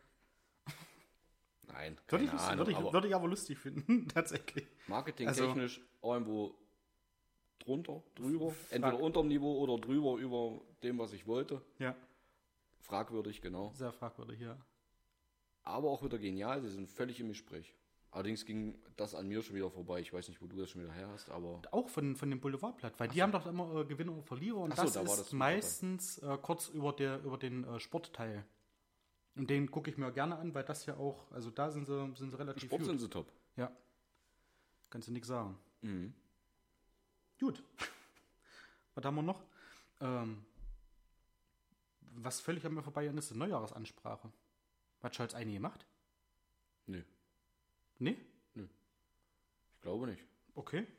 Nein, würde ich, Ahnung, würde, ich, aber würde ich aber lustig finden, tatsächlich. Marketingtechnisch also, irgendwo drunter, drüber, entweder frag- unterm Niveau oder drüber über dem, was ich wollte. Ja. Fragwürdig, genau. Sehr fragwürdig, ja. Aber auch wieder genial, sie sind völlig im Gespräch. Allerdings ging das an mir schon wieder vorbei. Ich weiß nicht, wo du das schon wieder her hast, aber... Auch von, von dem Boulevardblatt, weil Ach die so. haben doch immer äh, Gewinner und Verlierer und Ach so, das da war ist das meistens äh, kurz über, der, über den äh, Sportteil. Und den gucke ich mir gerne an, weil das ja auch, also da sind sie, sind sie relativ Sport gut. sind sie top. Ja. Kannst du nichts sagen. Mhm. Gut. Was haben wir noch? Ähm, was völlig an mir vorbei ist, eine Neujahrsansprache. Hat Scholz eine gemacht? Nee. Nee? Nö. Ich glaube nicht. Okay.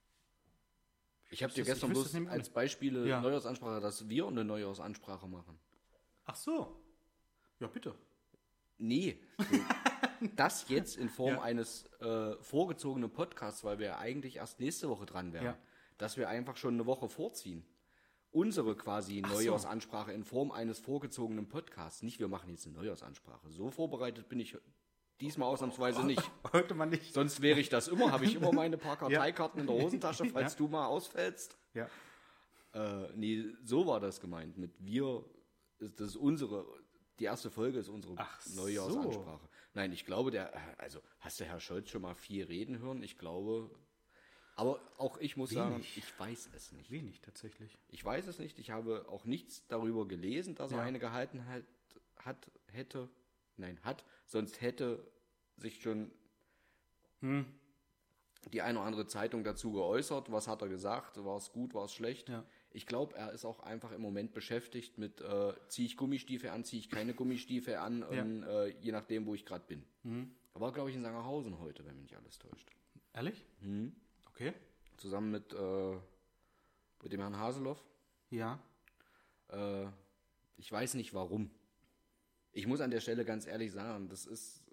Ich habe dir gestern bloß als Beispiele ja. Neujahrsansprache, dass wir eine Neujahrsansprache machen. Ach so. Ja, bitte. Nee. Das jetzt in Form ja. eines äh, vorgezogenen Podcasts, weil wir ja eigentlich erst nächste Woche dran wären, ja. dass wir einfach schon eine Woche vorziehen. Unsere quasi Ach Neujahrsansprache so. in Form eines vorgezogenen Podcasts. Nicht, wir machen jetzt eine Neujahrsansprache. So vorbereitet bin ich diesmal ausnahmsweise nicht. Heute mal nicht. Sonst wäre ich das immer, habe ich immer meine paar Karteikarten ja. in der Hosentasche, falls ja. du mal ausfällst. Ja. Äh, nee, so war das gemeint. Mit wir, ist das ist unsere, die erste Folge ist unsere Ach Neujahrsansprache. So. Nein, ich glaube, der, also hast du Herr Scholz schon mal viel reden hören? Ich glaube, aber auch ich muss Wenig. sagen, ich weiß es nicht. Wenig tatsächlich. Ich weiß es nicht. Ich habe auch nichts darüber gelesen, dass ja. er eine gehalten hat, hat, hätte, nein, hat, sonst hätte sich schon hm. die eine oder andere Zeitung dazu geäußert. Was hat er gesagt? War es gut, war es schlecht? Ja. Ich glaube, er ist auch einfach im Moment beschäftigt mit, äh, ziehe ich Gummistiefel an, ziehe ich keine Gummistiefel an, ja. und, äh, je nachdem, wo ich gerade bin. Mhm. Er war, glaube ich, in Sangerhausen heute, wenn mich nicht alles täuscht. Ehrlich? Mhm. Okay. Zusammen mit, äh, mit dem Herrn Haseloff. Ja. Äh, ich weiß nicht, warum. Ich muss an der Stelle ganz ehrlich sagen, das ist,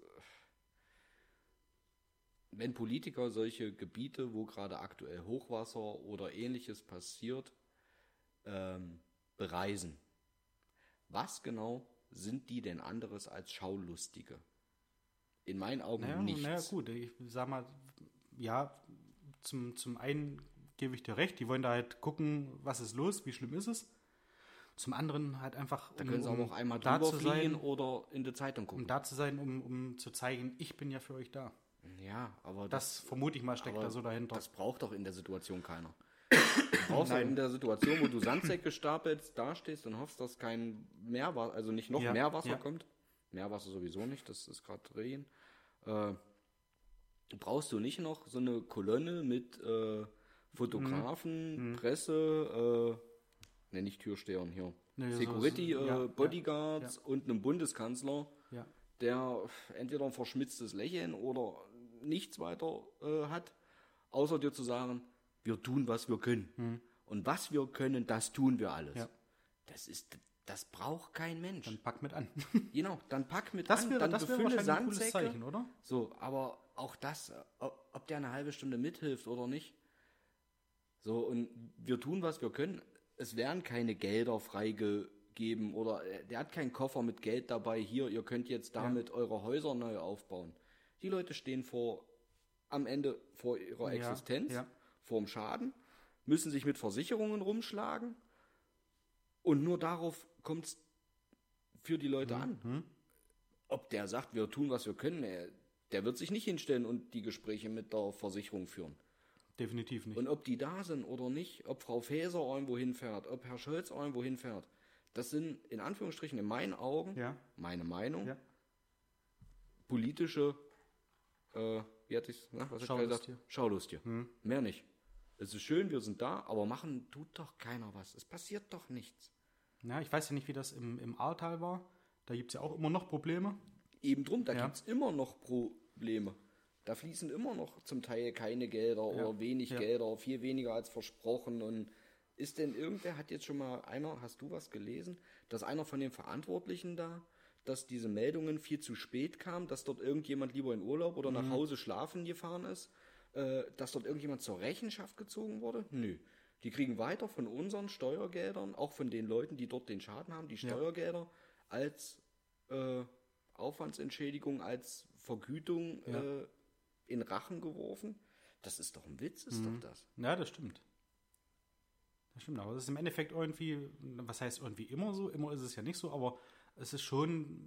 wenn Politiker solche Gebiete, wo gerade aktuell Hochwasser oder Ähnliches passiert, ähm, bereisen. Was genau sind die denn anderes als Schaulustige? In meinen Augen naja, nichts. Naja gut, ich sag mal, ja, zum, zum einen gebe ich dir recht, die wollen da halt gucken, was ist los, wie schlimm ist es. Zum anderen halt einfach, da um, können sie um aber auch einmal da drüber zu fliegen sein, oder in die Zeitung gucken. Um da zu sein, um, um zu zeigen, ich bin ja für euch da. Ja, aber das, das vermute ich mal steckt da so dahinter. Das braucht doch in der Situation keiner. Du brauchst doch in der Situation, wo du Sandsäcke stapelst, dastehst und hoffst, dass kein Meerwasser, also nicht noch ja, mehr Wasser ja. kommt. Meerwasser sowieso nicht, das ist gerade Regen. Äh, brauchst du nicht noch so eine Kolonne mit äh, Fotografen, mhm. Presse, äh, ne, nicht Türstehern hier. Nee, so- Security, so- äh, ja, Bodyguards ja, und einem Bundeskanzler, Ja. der entweder ein verschmitztes Lächeln oder nichts weiter äh, hat, außer dir zu sagen, wir tun, was wir können. Und was wir können, das tun wir alles. Ja. Das ist, das braucht kein Mensch. Dann pack mit an. Genau, dann pack mit Das an, wäre, dann das wäre befülle wahrscheinlich ein cooles Sandsäcke. Zeichen, oder? So, aber auch das, äh, ob der eine halbe Stunde mithilft oder nicht. So, und wir tun, was wir können. Es werden keine Gelder freigegeben oder äh, der hat keinen Koffer mit Geld dabei. Hier, ihr könnt jetzt damit eure Häuser neu aufbauen. Die Leute stehen vor, am Ende vor ihrer Ja, Existenz, ja. vorm Schaden, müssen sich mit Versicherungen rumschlagen und nur darauf kommt es für die Leute an. Ob der sagt, wir tun, was wir können, äh, der wird sich nicht hinstellen und die Gespräche mit der Versicherung führen. Definitiv nicht. Und ob die da sind oder nicht, ob Frau Faeser irgendwo hinfährt, ob Herr Scholz irgendwo hinfährt, das sind in Anführungsstrichen in meinen Augen, Ja. meine Meinung, Ja. politische, äh, wie hatte ich was hat ich Schaulust gesagt? hier. Schaulust hier. Mehr nicht. Es ist schön, wir sind da, aber machen tut doch keiner was. Es passiert doch nichts. Ja, ich weiß ja nicht, wie das im, im Ahrtal war. Da gibt es ja auch immer noch Probleme. Eben drum, da Ja. gibt es immer noch Probleme. Da fließen immer noch zum Teil keine Gelder oder wenig Ja. Gelder, viel weniger als versprochen. Und ist denn irgendwer, hat jetzt schon mal einer, hast du was gelesen, dass einer von den Verantwortlichen da, dass diese Meldungen viel zu spät kamen, dass dort irgendjemand lieber in Urlaub oder nach Hause schlafen gefahren ist, äh, dass dort irgendjemand zur Rechenschaft gezogen wurde? Nö. Die kriegen weiter von unseren Steuergeldern, auch von den Leuten, die dort den Schaden haben, die Steuergelder als äh, Aufwandsentschädigung, als Vergütung Ja. äh, in Rachen geworfen. Das ist doch ein Witz, ist doch das. Ja, das stimmt. Das stimmt, aber es ist im Endeffekt irgendwie, was heißt irgendwie immer so? Immer ist es ja nicht so, aber es ist schon,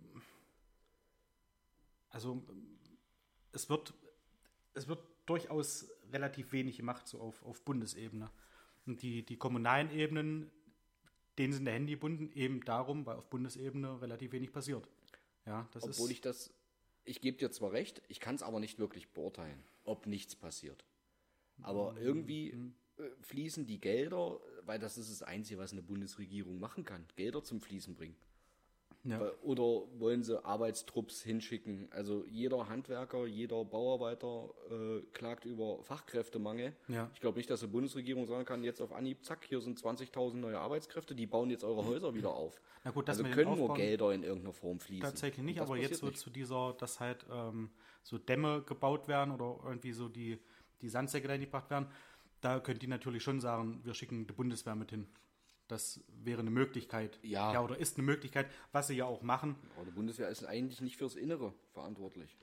also es wird, es wird durchaus relativ wenig gemacht, so auf, auf Bundesebene. Und die, die kommunalen Ebenen, denen sind der Hände gebunden, eben darum, weil auf Bundesebene relativ wenig passiert. Ja, das Obwohl ist, ich das, ich gebe dir zwar recht, ich kann es aber nicht wirklich beurteilen, ob nichts passiert. Aber irgendwie äh, fließen die Gelder, weil das ist das Einzige, was eine Bundesregierung machen kann, Gelder zum Fließen bringen. ja. Weil- Oder wollen sie Arbeitstrupps hinschicken? Also jeder Handwerker, jeder Bauarbeiter äh, klagt über Fachkräftemangel. Ja. Ich glaube nicht, dass die Bundesregierung sagen kann, jetzt auf Anhieb, zack, hier sind zwanzigtausend neue Arbeitskräfte, die bauen jetzt eure Häuser wieder auf. Na gut, das also mit dem können nur Aufbauen- Gelder in irgendeiner Form fließen. Tatsächlich nicht, Und das aber jetzt passiert so nicht. zu dieser, dass halt ähm, so Dämme gebaut werden oder irgendwie so die, die Sandsäcke dahin gebracht werden, da könnt ihr natürlich schon sagen, wir schicken die Bundeswehr mit hin. Das wäre eine Möglichkeit. Ja. Ja, oder ist eine Möglichkeit, was sie ja auch machen. Aber die Bundeswehr ist eigentlich nicht fürs Innere verantwortlich.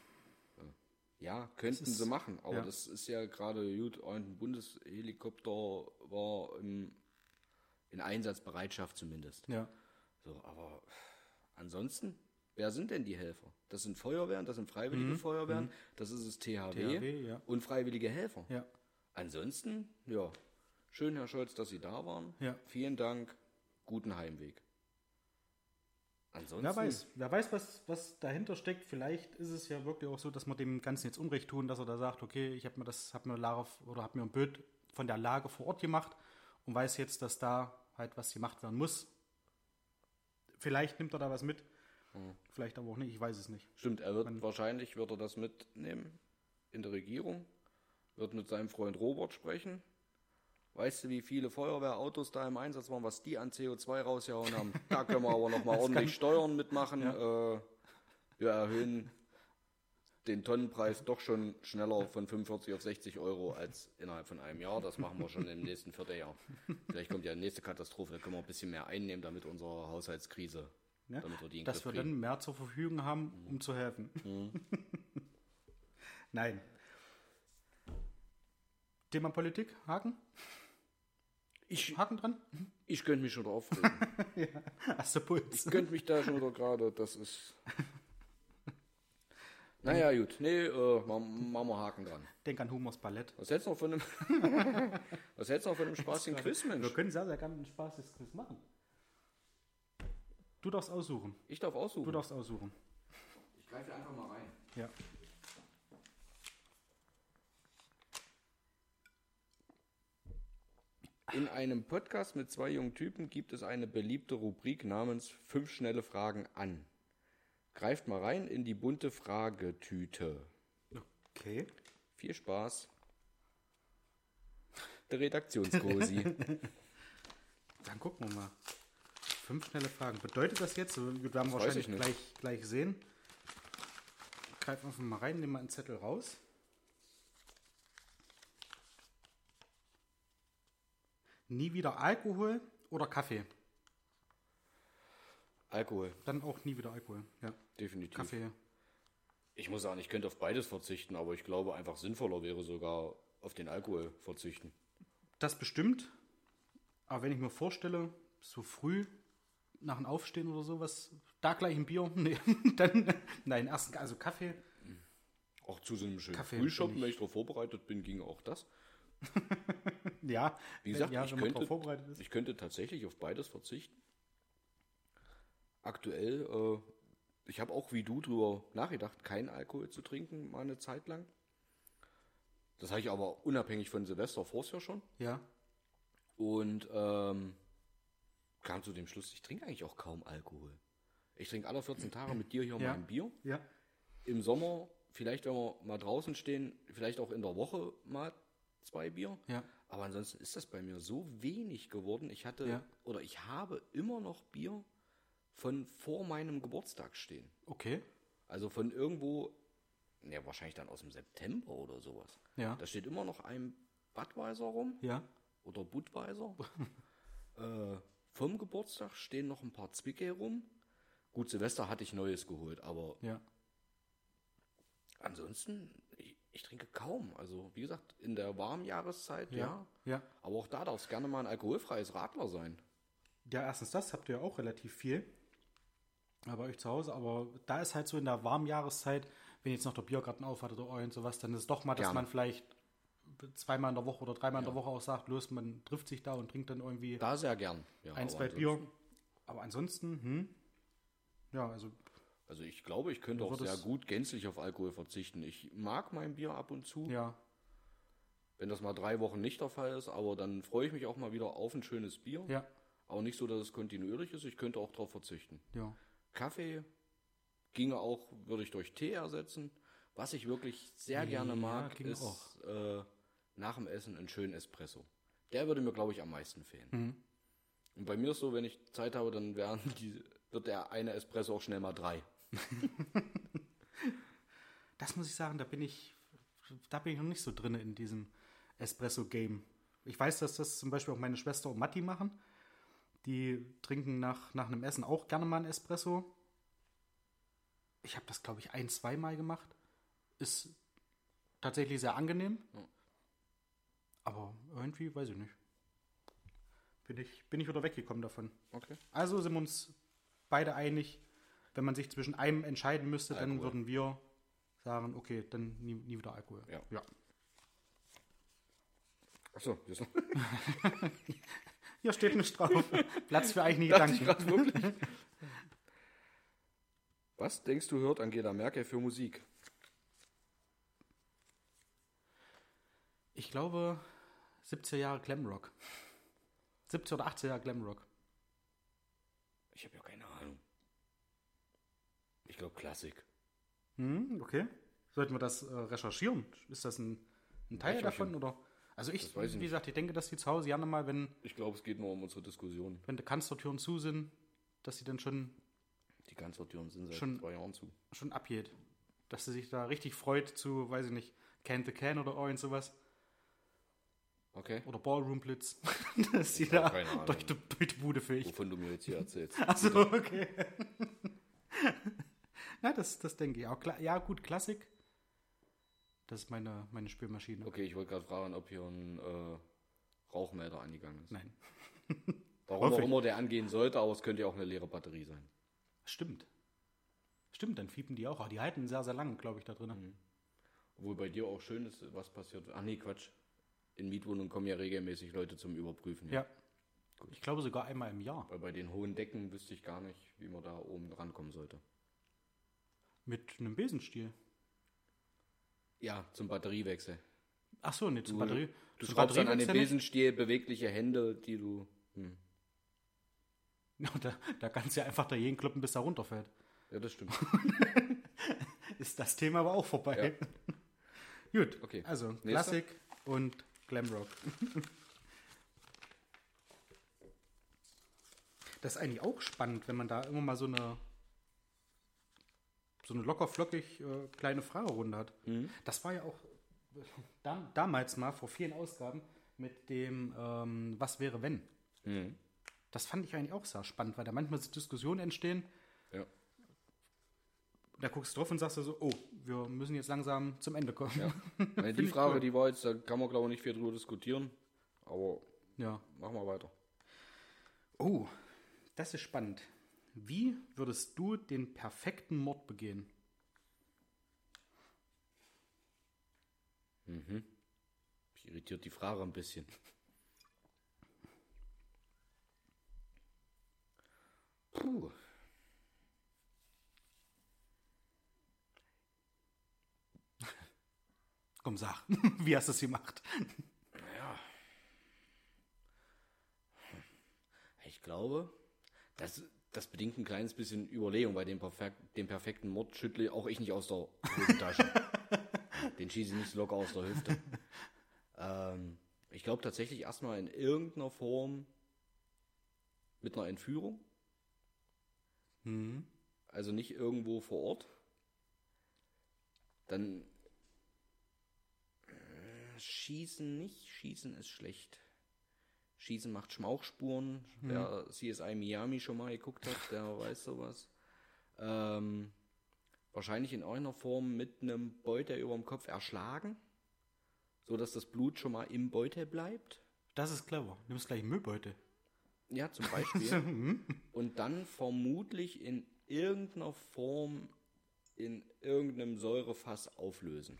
Ja, könnten ist- sie machen, aber ja. das ist ja gerade gut. Ein Bundeshelikopter war im, in Einsatzbereitschaft zumindest. Ja. So, aber ansonsten, wer sind denn die Helfer? Das sind Feuerwehren, das sind freiwillige Feuerwehren, das ist das T H W, T H W, ja. und freiwillige Helfer. Ja. Ansonsten, ja, schön, Herr Scholz, dass Sie da waren. Ja. Vielen Dank, guten Heimweg. Ansonsten, Wer weiß, wer weiß, was, was dahinter steckt. Vielleicht ist es ja wirklich auch so, dass wir dem Ganzen jetzt Unrecht tun, dass er da sagt, okay, ich habe mir das, habe mir Lage oder habe mir ein Bild von der Lage vor Ort gemacht und weiß jetzt, dass da halt was gemacht werden muss. Vielleicht nimmt er da was mit, vielleicht aber auch nicht, ich weiß es nicht. Stimmt, er wird wahrscheinlich wird er das mitnehmen in der Regierung, wird mit seinem Freund Robert sprechen. Weißt du, wie viele Feuerwehrautos da im Einsatz waren, was die an C O zwei rausgehauen haben? Da können wir aber nochmal ordentlich Steuern mitmachen. Äh, wir erhöhen den Tonnenpreis doch schon schneller von fünfundvierzig auf sechzig Euro als innerhalb von einem Jahr. Das machen wir schon im nächsten Vierteljahr. Vielleicht kommt ja die nächste Katastrophe, da können wir ein bisschen mehr einnehmen, damit unsere Haushaltskrise, Ja? damit wir die in den Dass Griff wir kriegen. dann mehr zur Verfügung haben, um zu helfen. Nein. Thema Politik, Haken? Ich, Haken dran? ich könnte mich schon drauf aufregen. Hast du Puls? Ich könnte mich da schon wieder gerade, das ist... Naja, gut. Nee, äh, machen machen wir Haken dran. Denk an Humors Ballett. Was hältst du noch von einem, was hältst du noch von einem spaßigen Quiz, Wir Mensch? können sehr, sehr gerne ein spaßiges Quiz machen. Du darfst aussuchen. Ich darf Du aussuchen. darfst aussuchen. Ich greife einfach mal rein. Ja. In einem Podcast mit zwei jungen Typen gibt es eine beliebte Rubrik namens Fünf schnelle Fragen an. Greift mal rein in die bunte Fragetüte. Okay. Viel Spaß. Der Redaktionscosi. Dann gucken wir mal. Fünf schnelle Fragen. Bedeutet das jetzt? Wir werden Das weiß wahrscheinlich ich nicht. gleich, gleich sehen. Greifen einfach mal rein, nehmen mal einen Zettel raus. Nie wieder Alkohol oder Kaffee? Alkohol, Dann auch nie wieder Alkohol. Ja. definitiv. Kaffee. Ich muss sagen, ich könnte auf beides verzichten, aber ich glaube, einfach sinnvoller wäre sogar auf den Alkohol verzichten. Das bestimmt. Aber wenn ich mir vorstelle, so früh nach dem Aufstehen oder sowas, da gleich ein Bier, nee, dann, nein, erst, also Kaffee. Auch zu so einem schönen Kaffee Frühschoppen, bin ich- wenn ich darauf vorbereitet bin, ging auch das. Ja, Wie gesagt, ja, ich, wenn man könnte, darauf vorbereitet ist. ich könnte tatsächlich auf beides verzichten. Aktuell, äh, ich habe auch wie du drüber nachgedacht, keinen Alkohol zu trinken, mal eine Zeit lang. Das habe ich aber unabhängig von Silvester vorher schon. Ja, Und ähm, kam zu dem Schluss, ich trinke eigentlich auch kaum Alkohol. Ich trinke alle vierzehn Tage mit dir hier Ja. mal ein Bier. ja, Im Sommer, vielleicht wenn wir mal draußen stehen, vielleicht auch in der Woche mal zwei Bier. ja, Aber ansonsten ist das bei mir so wenig geworden. Ich hatte Ja. oder ich habe immer noch Bier von vor meinem Geburtstag stehen. okay, Also von irgendwo, ja wahrscheinlich dann aus dem September oder sowas. ja, Da steht immer noch ein Budweiser rum ja, oder Budweiser. äh, vom Geburtstag stehen noch ein paar Zwicke rum. Gut, Silvester hatte ich Neues geholt, aber ja, ansonsten, ich, ich trinke kaum. Also wie gesagt, in der warmen Jahreszeit, ja. ja, ja. Aber auch da darf es gerne mal ein alkoholfreies Radler sein. Ja, erstens das habt ihr ja auch relativ viel. Aber euch zu Hause, aber da ist halt so in der warmen Jahreszeit, wenn jetzt noch der Biergarten auf hat oder irgend sowas, dann ist es doch mal, dass Gerne. man vielleicht zweimal in der Woche oder dreimal in der Woche auch sagt, los, man trifft sich da und trinkt dann irgendwie Da sehr gern. Ja, ein, aber zwei ansonsten- Bier. Aber ansonsten, hm, ja, also, Also ich glaube, ich könnte Du auch sehr würdest- gut gänzlich auf Alkohol verzichten. Ich mag mein Bier ab und zu, ja, wenn das mal drei Wochen nicht der Fall ist, aber dann freue ich mich auch mal wieder auf ein schönes Bier. ja, Aber nicht so, dass es kontinuierlich ist. Ich könnte auch darauf verzichten. ja, Kaffee ginge auch, würde ich durch Tee ersetzen. Was ich wirklich sehr gerne Ja, mag, ging ist auch. äh, nach dem Essen einen schönen Espresso. Der würde mir, glaube ich, am meisten fehlen. Mhm. Und bei mir ist so, wenn ich Zeit habe, dann werden die, wird der eine Espresso auch schnell mal drei. das muss ich sagen, da bin ich, da bin ich noch nicht so drin in diesem Espresso-Game. Ich weiß, dass das zum Beispiel auch meine Schwester und Matti machen. Die trinken nach, nach einem Essen auch gerne mal einen Espresso. Ich habe das, glaube ich, ein-, zweimal gemacht. Ist tatsächlich sehr angenehm. Ja. Aber irgendwie, weiß ich nicht. Bin ich, bin ich wieder weggekommen davon. Okay. Also sind wir uns beide einig, wenn man sich zwischen einem entscheiden müsste, dann Alkohol. würden wir sagen, okay, dann nie, nie wieder Alkohol. Ja. ja. Achso, hier ist noch. Hier steht nicht drauf. Platz für eigene Dachte ich Gedanken. grad wirklich. Was denkst du, hört Angela Merkel für Musik? Ich glaube, siebziger Jahre Glamrock. siebziger oder achtziger Jahre Glamrock. Ich habe ja keine Ahnung. Ich glaube Klassik. Hm, okay. Sollten wir das äh, recherchieren? Ist das ein, ein Teil Recherchieren. davon? Oder? Also ich, Das weiß ich wie nicht. gesagt, ich denke, dass die zu Hause gerne mal, wenn, Ich glaube, es geht nur um unsere Diskussion. wenn die Kanzlertüren zu sind, dass sie dann schon, Die Kanzlertüren sind seit Schon- zwei Jahren zu. schon abgeht. Dass sie sich da richtig freut zu, weiß ich nicht, Can the Can oder irgend sowas. Okay. Oder Ballroom Blitz. dass sie Ich hab da keine Ahnung. durch die, durch die Bude fegt. Wovon du mir jetzt hier erzählst. Achso, okay. Na, das, das denke ich auch. Kla- Ja, gut, Klassik. Das ist meine, meine Spülmaschine. Okay, ich wollte gerade fragen, ob hier ein äh, Rauchmelder angegangen ist. Nein. Warum Hoffe auch ich. immer der angehen sollte, aber es könnte ja auch eine leere Batterie sein. Stimmt. Stimmt, dann fiepen die auch. Aber die halten sehr, sehr lang, glaube ich, da drin. Mhm. Obwohl bei dir auch schön ist, was passiert. Ach nee, Quatsch. In Mietwohnungen kommen ja regelmäßig Leute zum Überprüfen. Ja. Ich glaube sogar einmal im Jahr. Weil bei den hohen Decken wüsste ich gar nicht, wie man da oben rankommen sollte. Mit einem Besenstiel. Ja, zum Batteriewechsel. Ach so, nee, zur Du, Batterie. du zur schraubst dann Batterie an den willst du nicht? Besenstiel bewegliche Hände, die du... Hm. Ja, da, da kannst du ja einfach dagegen kloppen, bis er runterfällt. Ja, das stimmt. Ist das Thema aber auch vorbei. Gut, Okay. also Nächster? Klassik und Glamrock. Das ist eigentlich auch spannend, wenn man da immer mal so eine so eine locker flockig äh, kleine Fragerunde hat. Mhm. Das war ja auch äh, dam damals mal vor vielen Ausgaben mit dem ähm, Was wäre wenn? Mhm. Das fand ich eigentlich auch sehr spannend, weil da manchmal so Diskussionen entstehen. Ja. Da guckst du drauf und sagst du so, oh, wir müssen jetzt langsam zum Ende kommen. Ja. Meine, Find die ich Frage, cool. die war jetzt, da kann man glaube ich nicht viel drüber diskutieren, aber Ja. machen wir weiter. Oh, das ist spannend. Wie würdest du den perfekten Mord begehen? Mhm. Mich irritiert die Frage ein bisschen. Puh. Komm, sag, wie hast du es gemacht? Ja. Ich glaube, das, das bedingt ein kleines bisschen Überlegung. Bei dem, perfekt, dem perfekten Mord schüttle auch ich nicht aus der Hosentasche. Den schieße ich nicht so locker aus der Hüfte. Ähm, ich glaube tatsächlich erstmal in irgendeiner Form mit einer Entführung. Hm. Also nicht irgendwo vor Ort. Dann äh, Schießen nicht. Schießen ist schlecht. Schießen macht Schmauchspuren. Hm. Wer C S I Miami schon mal geguckt hat, der weiß sowas. Ähm, wahrscheinlich in irgendeiner Form mit einem Beutel über dem Kopf erschlagen, so dass das Blut schon mal im Beutel bleibt. Das ist clever. Nimmst gleich einen Müllbeutel. Ja, zum Beispiel. Und dann vermutlich in irgendeiner Form in irgendeinem Säurefass auflösen.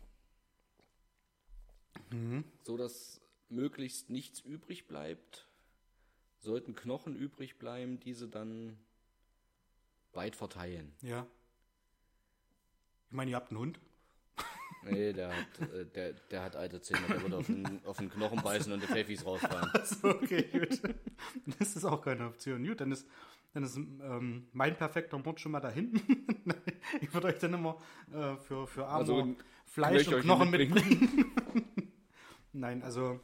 Mhm. So dass möglichst nichts übrig bleibt. Sollten Knochen übrig bleiben, diese dann weit verteilen. Ja. Ich meine, ihr habt einen Hund. Nee, der hat, äh, der, der hat alte Zähne, der wird auf den, auf den Knochen beißen und die Pfeffis rausfallen. Achso, okay, gut. Das ist auch keine Option. Gut, dann ist, dann ist ähm, mein perfekter Mord schon mal da hinten. Ich würde euch dann immer äh, für, für Arme Also, Fleisch und euch Knochen mitbringen. mitbringen. Nein, also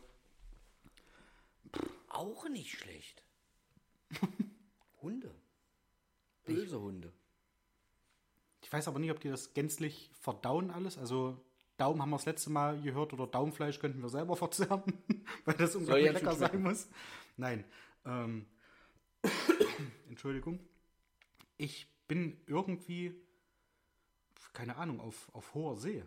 Auch nicht schlecht. Hunde. Böse Hunde. ich weiß aber nicht, ob die das gänzlich verdauen alles. Also Daumen haben wir das letzte Mal gehört oder Daumenfleisch könnten wir selber verzehren, weil das unglaublich ja lecker gut sein schmecken. muss. Nein. Ähm, Entschuldigung. Ich bin irgendwie, keine Ahnung, auf, auf hoher See.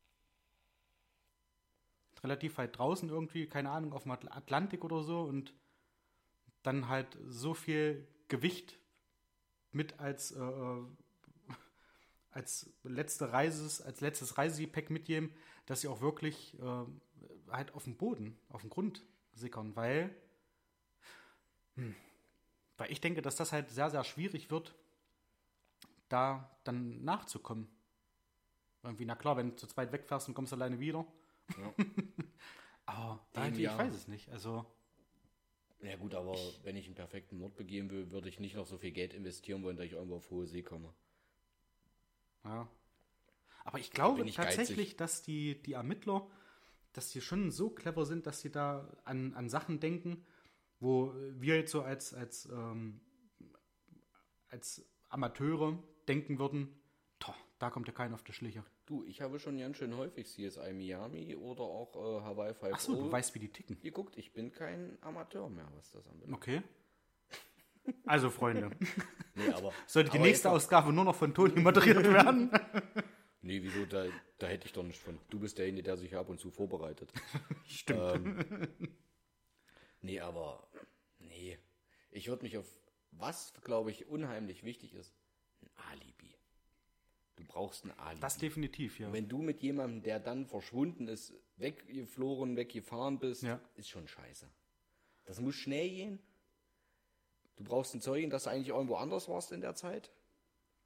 Relativ weit draußen irgendwie, keine Ahnung, auf dem Atl- Atlantik oder so und dann halt so viel Gewicht mit als, äh, als, letzte Reises, als letztes Reisegepäck mitgeben, dass sie auch wirklich äh, halt auf dem Boden, auf dem Grund sickern, weil, hm, weil ich denke, dass das halt sehr, sehr schwierig wird, da dann nachzukommen. Irgendwie, na klar, wenn du zu zweit wegfährst und kommst alleine wieder. Ja. Aber Dem irgendwie, ja. ich weiß es nicht. Also, Ja gut, aber wenn ich einen perfekten Mord begehen will, würde ich nicht noch so viel Geld investieren wollen, dass ich irgendwo auf hohe See komme. ja. Aber ich glaube bin ich tatsächlich, geizig. dass die, die Ermittler, dass die schon so clever sind, dass sie da an, an Sachen denken, wo wir jetzt so als, als, ähm, als Amateure denken würden, toh, da kommt ja keiner auf die Schliche. Du, ich habe schon ganz schön häufig C S I Miami oder auch äh, Hawaii Five-O Achso, du weißt, wie die ticken. geguckt. Ich bin kein Amateur mehr, was das anbelangt. Okay. Also, Freunde, Nee, aber, sollte die aber nächste jetzt noch- Ausgabe nur noch von Toni moderiert werden. Nee, wieso? Da, da hätte ich doch nicht von. Du bist derjenige, der sich ab und zu vorbereitet. Stimmt. Ähm, nee, aber. Nee. Ich würde mich auf. Was, glaube ich, unheimlich wichtig ist: ein Alibi. Du brauchst ein Alibi. Das definitiv, ja. Wenn du mit jemandem, der dann verschwunden ist, weggeflogen, weggefahren bist, Ja. ist schon scheiße. Das muss schnell gehen. Du brauchst einen Zeugen, dass du eigentlich irgendwo anders warst in der Zeit.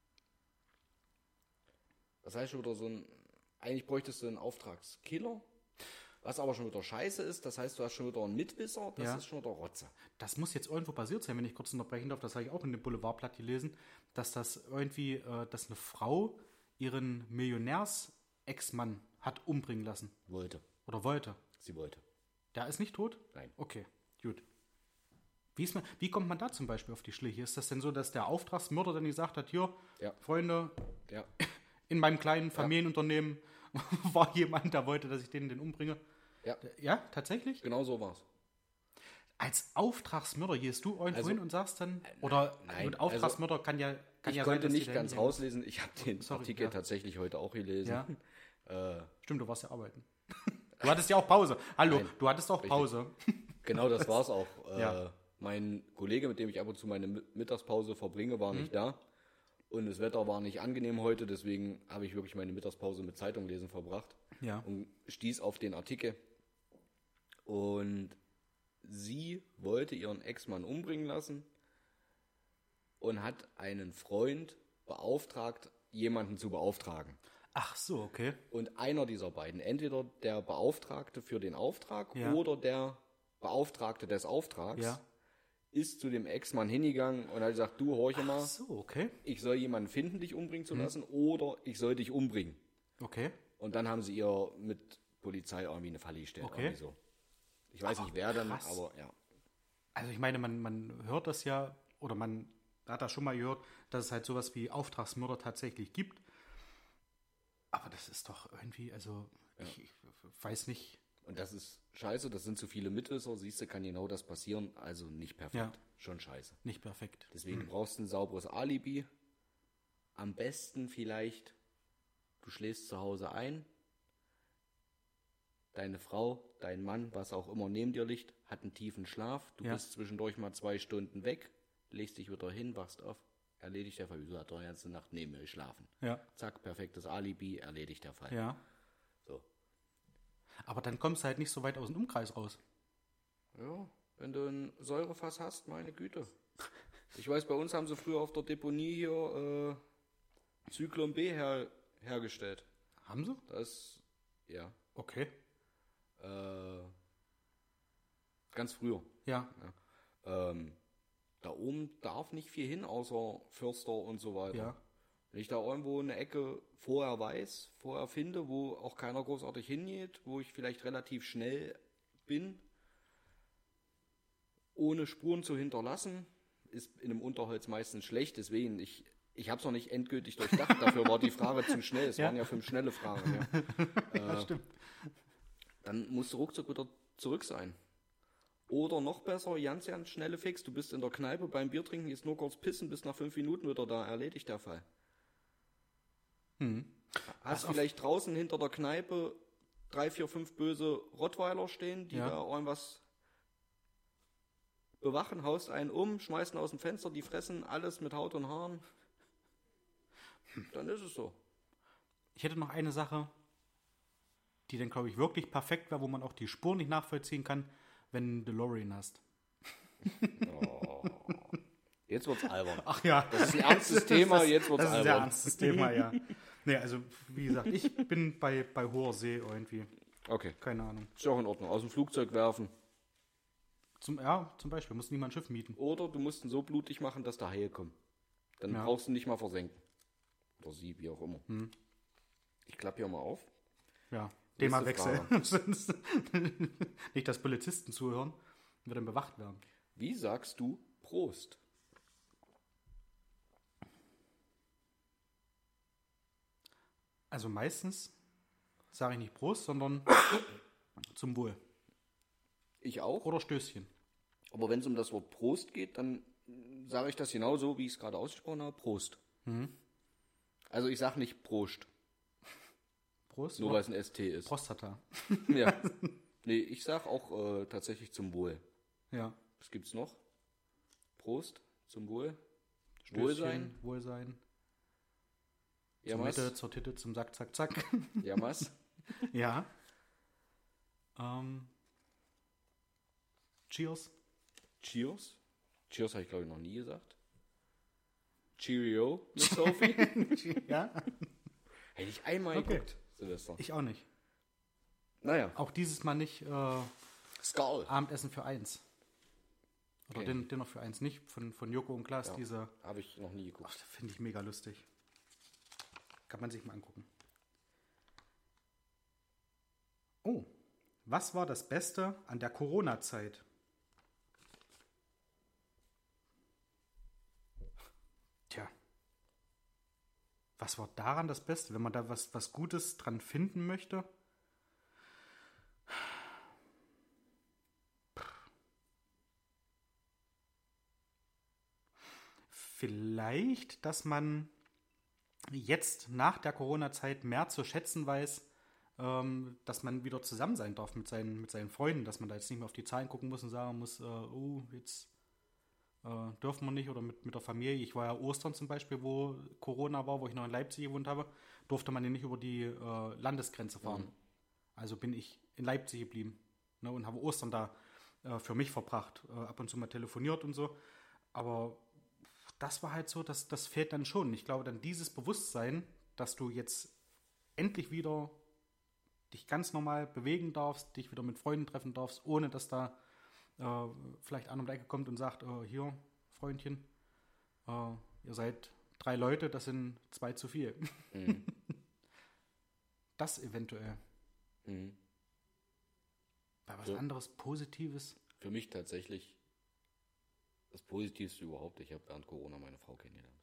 Das heißt, oder so ein, eigentlich bräuchtest du einen Auftragskiller. Was aber schon wieder scheiße ist, das heißt, du hast schon wieder einen Mitwisser, das Ja. ist schon wieder Rotze. Das muss jetzt irgendwo basiert sein, wenn ich kurz unterbrechen darf. Das habe ich auch in dem Boulevardblatt gelesen, dass das irgendwie, äh, dass eine Frau ihren Millionärs-Ex-Mann hat umbringen lassen. Wollte. Oder wollte. Sie wollte. Der ist nicht tot? Nein. Okay, gut. Wie, ist man, wie kommt man da zum Beispiel auf die Schliche? Ist das denn so, dass der Auftragsmörder dann gesagt hat, hier, Ja. Freunde, Ja. in meinem kleinen Familienunternehmen war jemand, der wollte, dass ich den, den umbringe? Ja. Ja, tatsächlich? Genau so war's. Als Auftragsmörder gehst du irgendwo Also- hin und sagst dann, oder nein, gut, Auftragsmörder kann ja, kann Ich ja konnte sein, dass nicht die ganz dahin gehen. rauslesen. Ich habe den Sorry, Artikel ja. tatsächlich heute auch gelesen. Ja. Äh, Stimmt, du warst ja arbeiten. Du hattest ja auch Pause. Hallo, Nein, du hattest auch richtig. Pause. genau das war's auch. Äh, Ja. Mein Kollege, mit dem ich ab und zu meine Mi- Mittagspause verbringe, war Mhm. nicht da. Und das Wetter war nicht angenehm heute, deswegen habe ich wirklich meine Mittagspause mit Zeitung lesen verbracht. Ja. Und stieß auf den Artikel. Und sie wollte ihren Ex-Mann umbringen lassen und hat einen Freund beauftragt, jemanden zu beauftragen. Ach so, okay. Und einer dieser beiden, entweder der Beauftragte für den Auftrag Ja. oder der Beauftragte des Auftrags, Ja. ist zu dem Ex-Mann hingegangen und hat gesagt, du horche mal, Ach so, okay. ich soll jemanden finden, dich umbringen Mhm. zu lassen, oder ich soll dich umbringen. Okay. Und dann haben sie ihr mit Polizei irgendwie eine Falle gestellt. Okay. Irgendwie so. Ich weiß nicht, wer dann, krass. aber ja. Also ich meine, man, man hört das ja, oder man hat das schon mal gehört, dass es halt sowas wie Auftragsmörder tatsächlich gibt. Aber das ist doch irgendwie, also ich, ich weiß nicht. Und das ist scheiße, das sind zu viele Mitwisser, siehst du, kann genau das passieren, also nicht perfekt, Ja. schon scheiße. Nicht perfekt. Deswegen brauchst du ein sauberes Alibi. Am besten vielleicht, du schläfst zu Hause ein, deine Frau, dein Mann, was auch immer neben dir liegt, hat einen tiefen Schlaf, du Ja. bist zwischendurch mal zwei Stunden weg, legst dich wieder hin, wachst auf, erledigt der Fall, wieso hat er die ganze Nacht neben mir geschlafen? Ja. Zack, perfektes Alibi, erledigt der Fall. Ja. So. Aber dann kommst du halt nicht so weit aus dem Umkreis raus. Ja, wenn du ein Säurefass hast, meine Güte. Ich weiß, bei uns haben sie früher auf der Deponie hier äh, Zyklon B her, hergestellt. Haben sie? Das, ja, Okay. äh, ganz früher. Ja. Ähm, da oben darf nicht viel hin, außer Förster und so weiter. Ja. Wenn ich da irgendwo eine Ecke vorher weiß, vorher finde, wo auch keiner großartig hingeht, wo ich vielleicht relativ schnell bin, ohne Spuren zu hinterlassen, ist in einem Unterholz meistens schlecht. Deswegen, ich, ich habe es noch nicht endgültig durchdacht. Dafür war die Frage zu schnell. Es Ja. waren ja fünf schnelle Fragen. Ja. Ja, Äh, stimmt. Dann musst du ruckzuck wieder zurück sein. Oder noch besser, ganz, ganz schnelle Fix. Du bist in der Kneipe beim Bier trinken, jetzt nur kurz pissen, bist nach fünf Minuten wieder da. Erledigt der Fall. Hm. Hast auf- vielleicht draußen hinter der Kneipe drei, vier, fünf böse Rottweiler stehen, die Ja. da irgendwas bewachen, haust einen um, schmeißen aus dem Fenster, die fressen alles mit Haut und Haaren. Dann ist es so. Ich hätte noch eine Sache, die dann, glaube ich, wirklich perfekt wäre, wo man auch die Spuren nicht nachvollziehen kann, wenn du einen DeLorean hast. Jetzt wird's albern. Ach ja. Das ist ein ernstes Thema, jetzt wird's Das ist ein sehr albern. ernstes Thema, ja. Nee, also, wie gesagt, ich bin bei, bei hoher See irgendwie. Okay, Keine Ahnung. ist auch in Ordnung. Aus dem Flugzeug werfen. Zum, ja, zum Beispiel, muss niemand ein Schiff mieten. Oder du musst ihn so blutig machen, dass da Haie kommen. Dann Ja. brauchst du ihn nicht mal versenken. Oder sie, wie auch immer. Hm. Ich klappe hier mal auf. Ja, Themawechsel. Frage. Nicht, dass Polizisten zuhören und wir dann bewacht werden. Wie sagst du Prost? Also meistens sage ich nicht Prost, sondern zum Wohl. Ich auch. Oder Stößchen. Aber wenn es um das Wort Prost geht, dann sage ich das genauso, wie ich es gerade ausgesprochen habe. Prost. Mhm. Also ich sage nicht Prost, Prost. nur weil es ein S T ist. Prostata. Ja. Nee, ich sage auch äh, tatsächlich zum Wohl. Ja. Was gibt's noch? Prost, zum Wohl. Stößchen, Wohlsein. Wohlsein. Ja, Zur was? Mitte, zur Titte, zum Sack, zack, zack. Ja, was? Ja. Ähm. Cheers. Cheers. Cheers habe ich, glaube ich, noch nie gesagt. Cheerio, Miss Sophie. Ja. Hätte ich einmal Okay. geguckt, Silvester. Ich auch nicht. Naja. Auch dieses Mal nicht äh, Skull. Abendessen für eins. Oder Okay. den, den noch für eins nicht, von, von Joko und Klaas, Ja. diese. Habe ich noch nie geguckt. Ach, finde ich mega lustig. Kann man sich mal angucken. Oh, was war das Beste an der Corona-Zeit? Tja. Was war daran das Beste? Wenn man da was, was Gutes dran finden möchte? Vielleicht, dass man jetzt nach der Corona-Zeit mehr zu schätzen weiß, ähm, dass man wieder zusammen sein darf mit seinen, mit seinen Freunden, dass man da jetzt nicht mehr auf die Zahlen gucken muss und sagen muss, äh, oh, jetzt äh, dürfen wir nicht oder mit, mit der Familie. Ich war ja Ostern zum Beispiel, wo Corona war, wo ich noch in Leipzig gewohnt habe, durfte man ja nicht über die äh, Landesgrenze fahren. Mhm. Also bin ich in Leipzig geblieben, ne, und habe Ostern da äh, für mich verbracht, äh, ab und zu mal telefoniert und so. Aber das war halt so, dass das fehlt dann schon. Ich glaube, dann dieses Bewusstsein, dass du jetzt endlich wieder dich ganz normal bewegen darfst, dich wieder mit Freunden treffen darfst, ohne dass da äh, vielleicht einer um die Ecke kommt und sagt, äh, hier, Freundchen, äh, ihr seid drei Leute, das sind zwei zu viel. Mhm. Das eventuell. Mhm. Bei was für, anderes Positives? Für mich tatsächlich das Positivste überhaupt. Ich habe während Corona meine Frau kennengelernt.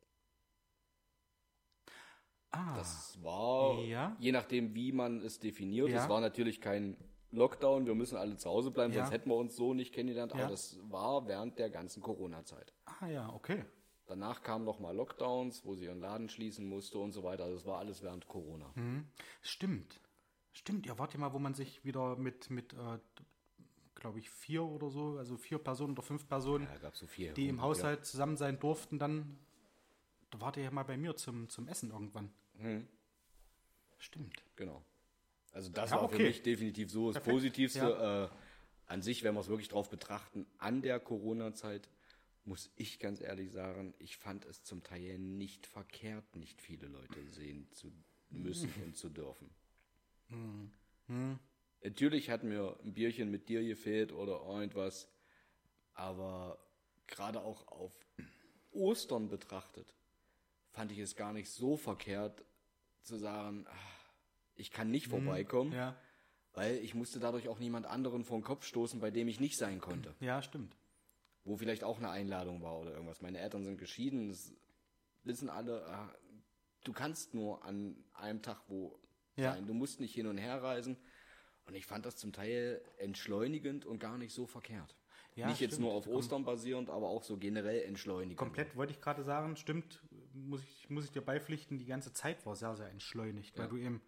Ah. Das war, ja. je nachdem, wie man es definiert, ja. es war natürlich kein Lockdown, wir müssen alle zu Hause bleiben, ja. sonst hätten wir uns so nicht kennengelernt, ja. aber das war während der ganzen Corona-Zeit. Ah ja, okay. Danach kamen nochmal Lockdowns, wo sie ihren Laden schließen musste und so weiter. Das war alles während Corona. Mhm. Stimmt. Stimmt, ja, warte mal, wo man sich wieder mit, mit äh, glaube ich, vier oder so, also vier Personen oder fünf Personen, ja, gab's so vier, die im Haushalt ja. zusammen sein durften, dann, da wart ihr ja mal bei mir zum, zum Essen irgendwann. Mhm. Stimmt. Genau. Also das ja, war okay. für mich definitiv so das Perfekt. Positivste. Ja. Äh, an sich, wenn wir es wirklich drauf betrachten, an der Corona-Zeit, muss ich ganz ehrlich sagen, ich fand es zum Teil nicht verkehrt, nicht viele Leute sehen zu müssen und zu dürfen. Mhm. Mhm. Natürlich hat mir ein Bierchen mit dir gefehlt oder irgendwas, aber gerade auch auf Ostern betrachtet, fand ich es gar nicht so verkehrt zu sagen, ich kann nicht vorbeikommen, ja. weil ich musste dadurch auch niemand anderen vor den Kopf stoßen, bei dem ich nicht sein konnte. Ja, stimmt. Wo vielleicht auch eine Einladung war oder irgendwas. Meine Eltern sind geschieden, das wissen alle, du kannst nur an einem Tag wo ja. sein, du musst nicht hin und her reisen. Und ich fand das zum Teil entschleunigend und gar nicht so verkehrt. Ja, nicht stimmt. jetzt nur auf Ostern basierend, aber auch so generell entschleunigend. Komplett wollte ich gerade sagen, stimmt, muss ich, muss ich dir beipflichten, die ganze Zeit war sehr, sehr entschleunigt, ja. weil du eben,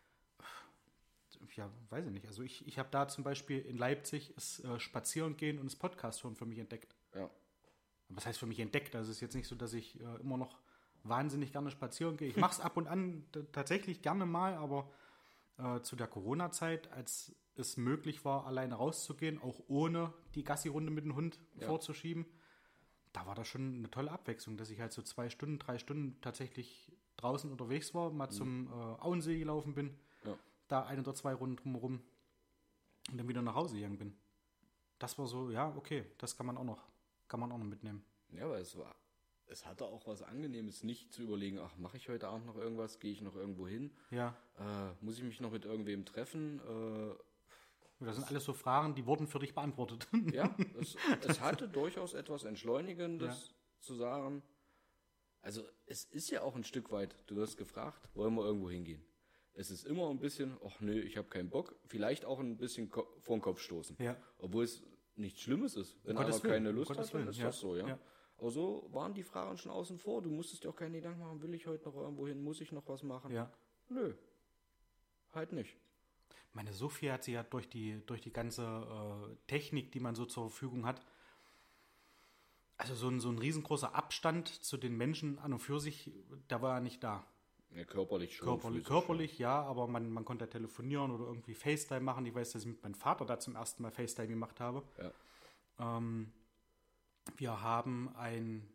ja, weiß ich nicht, also ich, ich habe da zum Beispiel in Leipzig das äh, Spazierengehen und das Podcast hören für mich entdeckt. Ja. Was heißt für mich entdeckt? Also es ist jetzt nicht so, dass ich äh, immer noch wahnsinnig gerne spazieren gehe. Ich mache es ab und an t- tatsächlich gerne mal, aber Äh, zu der Corona-Zeit, als es möglich war, alleine rauszugehen, auch ohne die Gassi-Runde mit dem Hund ja. vorzuschieben, da war das schon eine tolle Abwechslung, dass ich halt so zwei Stunden, drei Stunden tatsächlich draußen unterwegs war, mal mhm. zum äh, Auensee gelaufen bin, ja. da ein oder zwei Runden drumherum und dann wieder nach Hause gegangen bin. Das war so, ja, okay, das kann man auch noch, kann man auch noch mitnehmen. Ja, weil es war Es hatte auch was Angenehmes, nicht zu überlegen, ach, mache ich heute Abend noch irgendwas, gehe ich noch irgendwo hin, ja. äh, muss ich mich noch mit irgendwem treffen. Äh, das sind alles so Fragen, die wurden für dich beantwortet. Ja, es, es hatte durchaus etwas Entschleunigendes ja. zu sagen. Also es ist ja auch ein Stück weit, du hast gefragt, wollen wir irgendwo hingehen? Es ist immer ein bisschen, ach nö, ich habe keinen Bock, vielleicht auch ein bisschen ko- vor den Kopf stoßen. Ja. Obwohl es nichts Schlimmes ist. Wenn einer keine Lust hat, dann ist das so, ja. ja. Aber so waren die Fragen schon außen vor. Du musstest dir auch keine Gedanken machen, will ich heute noch irgendwo hin, muss ich noch was machen? Ja. Nö, halt nicht. Meine Sophie hat sie ja durch die, durch die ganze äh, Technik, die man so zur Verfügung hat, also so ein, so ein riesengroßer Abstand zu den Menschen an und für sich, der war ja nicht da. Ja, körperlich schon. Körperlich, körperlich ja, aber man, man konnte telefonieren oder irgendwie FaceTime machen. Ich weiß, dass ich mit meinem Vater da zum ersten Mal FaceTime gemacht habe. Ja. Ähm, Wir haben ein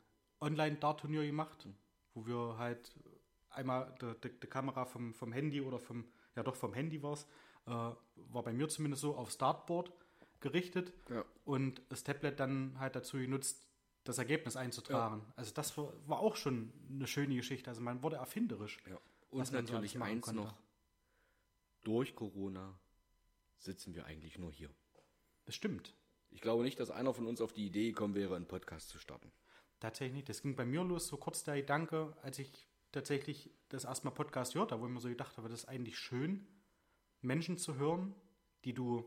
Online-Dart-Turnier gemacht, wo wir halt einmal die, die, die Kamera vom, vom Handy oder vom ja doch vom Handy war es, äh, war bei mir zumindest so auf Startboard gerichtet Ja. und das Tablet dann halt dazu genutzt, das Ergebnis einzutragen. Ja. Also das war, war auch schon eine schöne Geschichte. Also man wurde erfinderisch. Ja. Und natürlich so eins konnte. noch, durch Corona sitzen wir eigentlich nur hier. Das stimmt. Ich glaube nicht, dass einer von uns auf die Idee gekommen wäre, einen Podcast zu starten. Tatsächlich nicht. Das ging bei mir los, so kurz der Gedanke, als ich tatsächlich das erstmal Podcast gehört habe, wo ich mir so gedacht habe, das ist eigentlich schön, Menschen zu hören, die du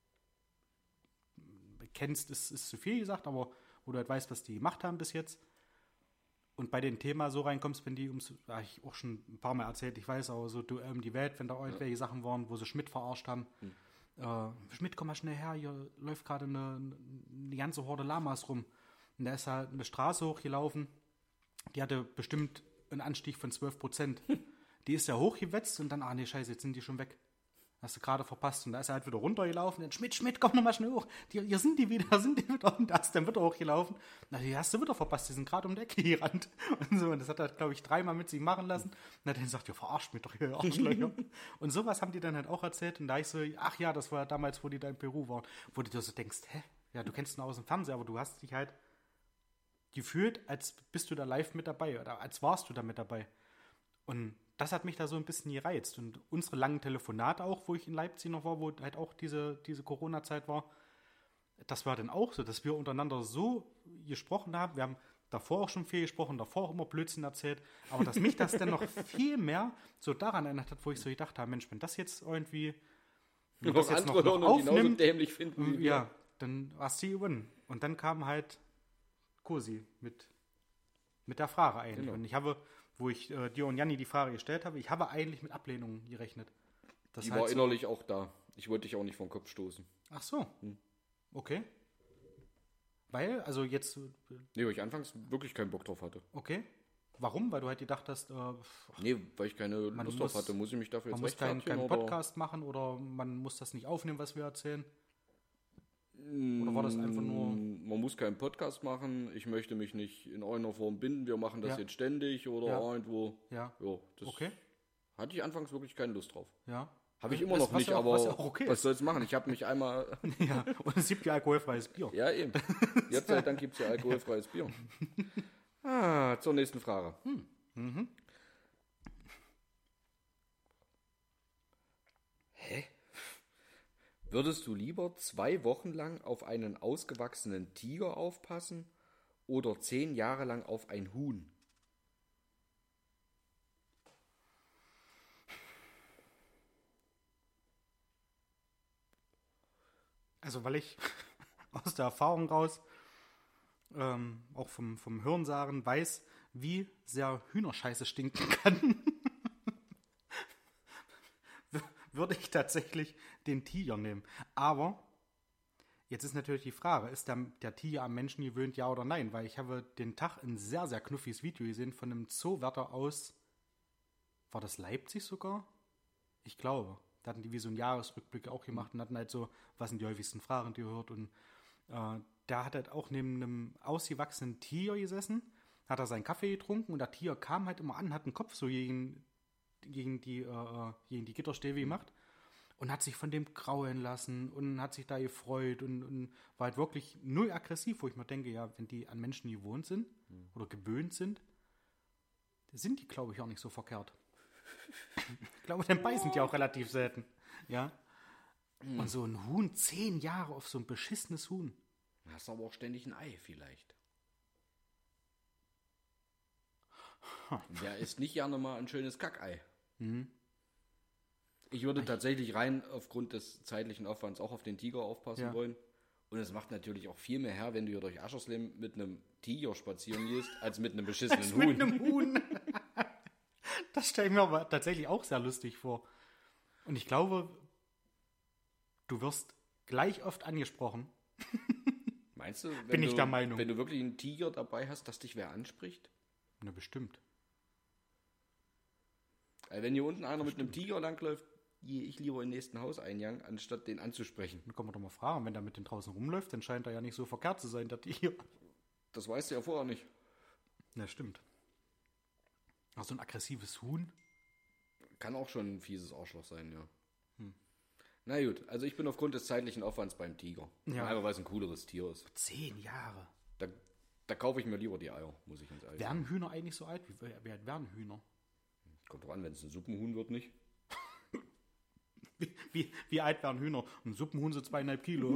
kennst, ist, ist zu viel gesagt, aber wo du halt weißt, was die gemacht haben bis jetzt. Und bei dem Thema so reinkommst, wenn die ums, habe ich auch schon ein paar Mal erzählt, ich weiß auch so, du um die Welt, wenn da irgendwelche ja. Sachen waren, wo sie Schmidt verarscht haben. Hm. Äh, Schmidt, komm mal schnell her, hier läuft gerade eine, eine ganze Horde Lamas rum. Und da ist halt eine Straße hochgelaufen, die hatte bestimmt einen Anstieg von zwölf Prozent. Hm. Die ist ja hochgewetzt und dann, ah nee, scheiße, jetzt sind die schon weg. Hast du gerade verpasst. Und da ist er halt wieder runtergelaufen. Und Schmidt, Schmidt, komm nochmal schnell hoch. Die, hier sind die wieder, sind die wieder. Und da ist dann wieder hochgelaufen. Na, die hast du wieder verpasst. Die sind gerade um die Ecke gerannt. Und so. Und das hat er, glaube ich, dreimal mit sich machen lassen. Und dann hat er gesagt, ja, verarscht mich doch, ihr Arschlöcher. Und sowas haben die dann halt auch erzählt. Und da ich so, ach ja, das war damals, wo die da in Peru waren. Wo du dir so denkst, hä? Ja, du kennst ihn aus dem Fernseher, aber du hast dich halt gefühlt, als bist du da live mit dabei. Oder als warst du da mit dabei. Und das hat mich da so ein bisschen gereizt. Und unsere langen Telefonate auch, wo ich in Leipzig noch war, wo halt auch diese, diese Corona-Zeit war, das war dann auch so, dass wir untereinander so gesprochen haben. Wir haben davor auch schon viel gesprochen, davor auch immer Blödsinn erzählt. Aber dass mich das dann noch viel mehr so daran erinnert hat, wo ich so gedacht habe, Mensch, wenn das jetzt irgendwie wenn das jetzt noch, noch aufnimmt, dämlich finden wie ja, dann hast du gewonnen. Und dann kam halt Cosi mit, mit der Frage eigentlich. Genau. Und ich habe... wo ich äh, dir und Janni die Frage gestellt habe, ich habe eigentlich mit Ablehnung gerechnet. Das die halt war so innerlich auch da. Ich wollte dich auch nicht vom Kopf stoßen. Ach so. Hm. Okay. Weil, also jetzt... Äh, nee, weil ich anfangs wirklich keinen Bock drauf hatte. Okay. Warum? Weil du halt gedacht hast... Äh, nee, weil ich keine Lust muss, drauf hatte. Muss ich mich dafür jetzt man rechtfertigen? Man muss keinen kein Podcast machen oder man muss das nicht aufnehmen, was wir erzählen? Oder war das einfach nur... Man muss keinen Podcast machen, ich möchte mich nicht in irgendeiner Form binden, wir machen das ja. jetzt ständig oder ja. irgendwo. Ja. ja das okay. Hatte ich anfangs wirklich keine Lust drauf. Ja. Habe ich immer das, noch nicht, ja, aber was, ja okay was soll es machen? Ich habe mich einmal... ja, und es gibt ja alkoholfreies Bier. Ja, eben. Jetzt sei Dank gibt es ja alkoholfreies Bier. Ah, zur nächsten Frage. Hm. Mhm. Hä? Würdest du lieber zwei Wochen lang auf einen ausgewachsenen Tiger aufpassen oder zehn Jahre lang auf ein Huhn? Also weil ich aus der Erfahrung raus, ähm, auch vom, vom Hörensagen weiß, wie sehr Hühnerscheiße stinken kann, würde ich tatsächlich den Tiger nehmen. Aber jetzt ist natürlich die Frage, ist der, der Tiger am Menschen gewöhnt, ja oder nein? Weil ich habe den Tag ein sehr, sehr knuffiges Video gesehen von einem Zoowärter aus, war das Leipzig sogar? Ich glaube. Da hatten die wie so einen Jahresrückblick auch gemacht und hatten halt so, was sind die häufigsten Fragen, die ihr hört. Und äh, da hat er halt auch neben einem ausgewachsenen Tiger gesessen, hat er seinen Kaffee getrunken und der Tiger kam halt immer an, hat den Kopf so gegen gegen die, äh, gegen die Gitterstäbe gemacht und hat sich von dem kraulen lassen und hat sich da gefreut und, und war halt wirklich null aggressiv, wo ich mir denke, ja, wenn die an Menschen gewohnt sind mhm. oder gewöhnt sind, sind die, glaube ich, auch nicht so verkehrt. Ich glaube, dann beißen die auch relativ selten. Ja. Mhm. Und so ein Huhn, zehn Jahre auf so ein beschissenes Huhn. Hast aber auch ständig ein Ei vielleicht. Wer isst nicht gerne mal ein schönes Kackei? Mhm. Ich würde tatsächlich rein aufgrund des zeitlichen Aufwands auch auf den Tiger aufpassen ja. wollen. Und es macht natürlich auch viel mehr her, wenn du hier durch Aschersleben mit einem Tiger spazieren gehst, als mit einem beschissenen als Huhn. Mit einem Huhn. Das stelle ich mir aber tatsächlich auch sehr lustig vor. Und ich glaube, du wirst gleich oft angesprochen. Meinst du, wenn Bin ich du, der Meinung. Wenn du wirklich einen Tiger dabei hast, dass dich wer anspricht? Na, bestimmt. Wenn hier unten einer mit einem Tiger langläuft, gehe ich lieber in den nächsten Hauseingang, anstatt den anzusprechen. Dann kann man doch mal fragen, wenn der mit den draußen rumläuft, dann scheint er ja nicht so verkehrt zu sein, der Tiger. Das weißt du ja vorher nicht. Na, stimmt. Ach, so ein aggressives Huhn? Kann auch schon ein fieses Arschloch sein, ja. Hm. Na gut, also ich bin aufgrund des zeitlichen Aufwands beim Tiger. Ja. Einfach weil es ein cooleres Tier ist. Zehn Jahre. Da, da kaufe ich mir lieber die Eier, muss ich ins Eis. Werden Hühner eigentlich so alt? Wie, wie alt werden Hühner? Kommt drauf an, wenn es ein Suppenhuhn wird, nicht. Wie, wie, wie alt werden Hühner? Ein Suppenhuhn so zweieinhalb Kilo.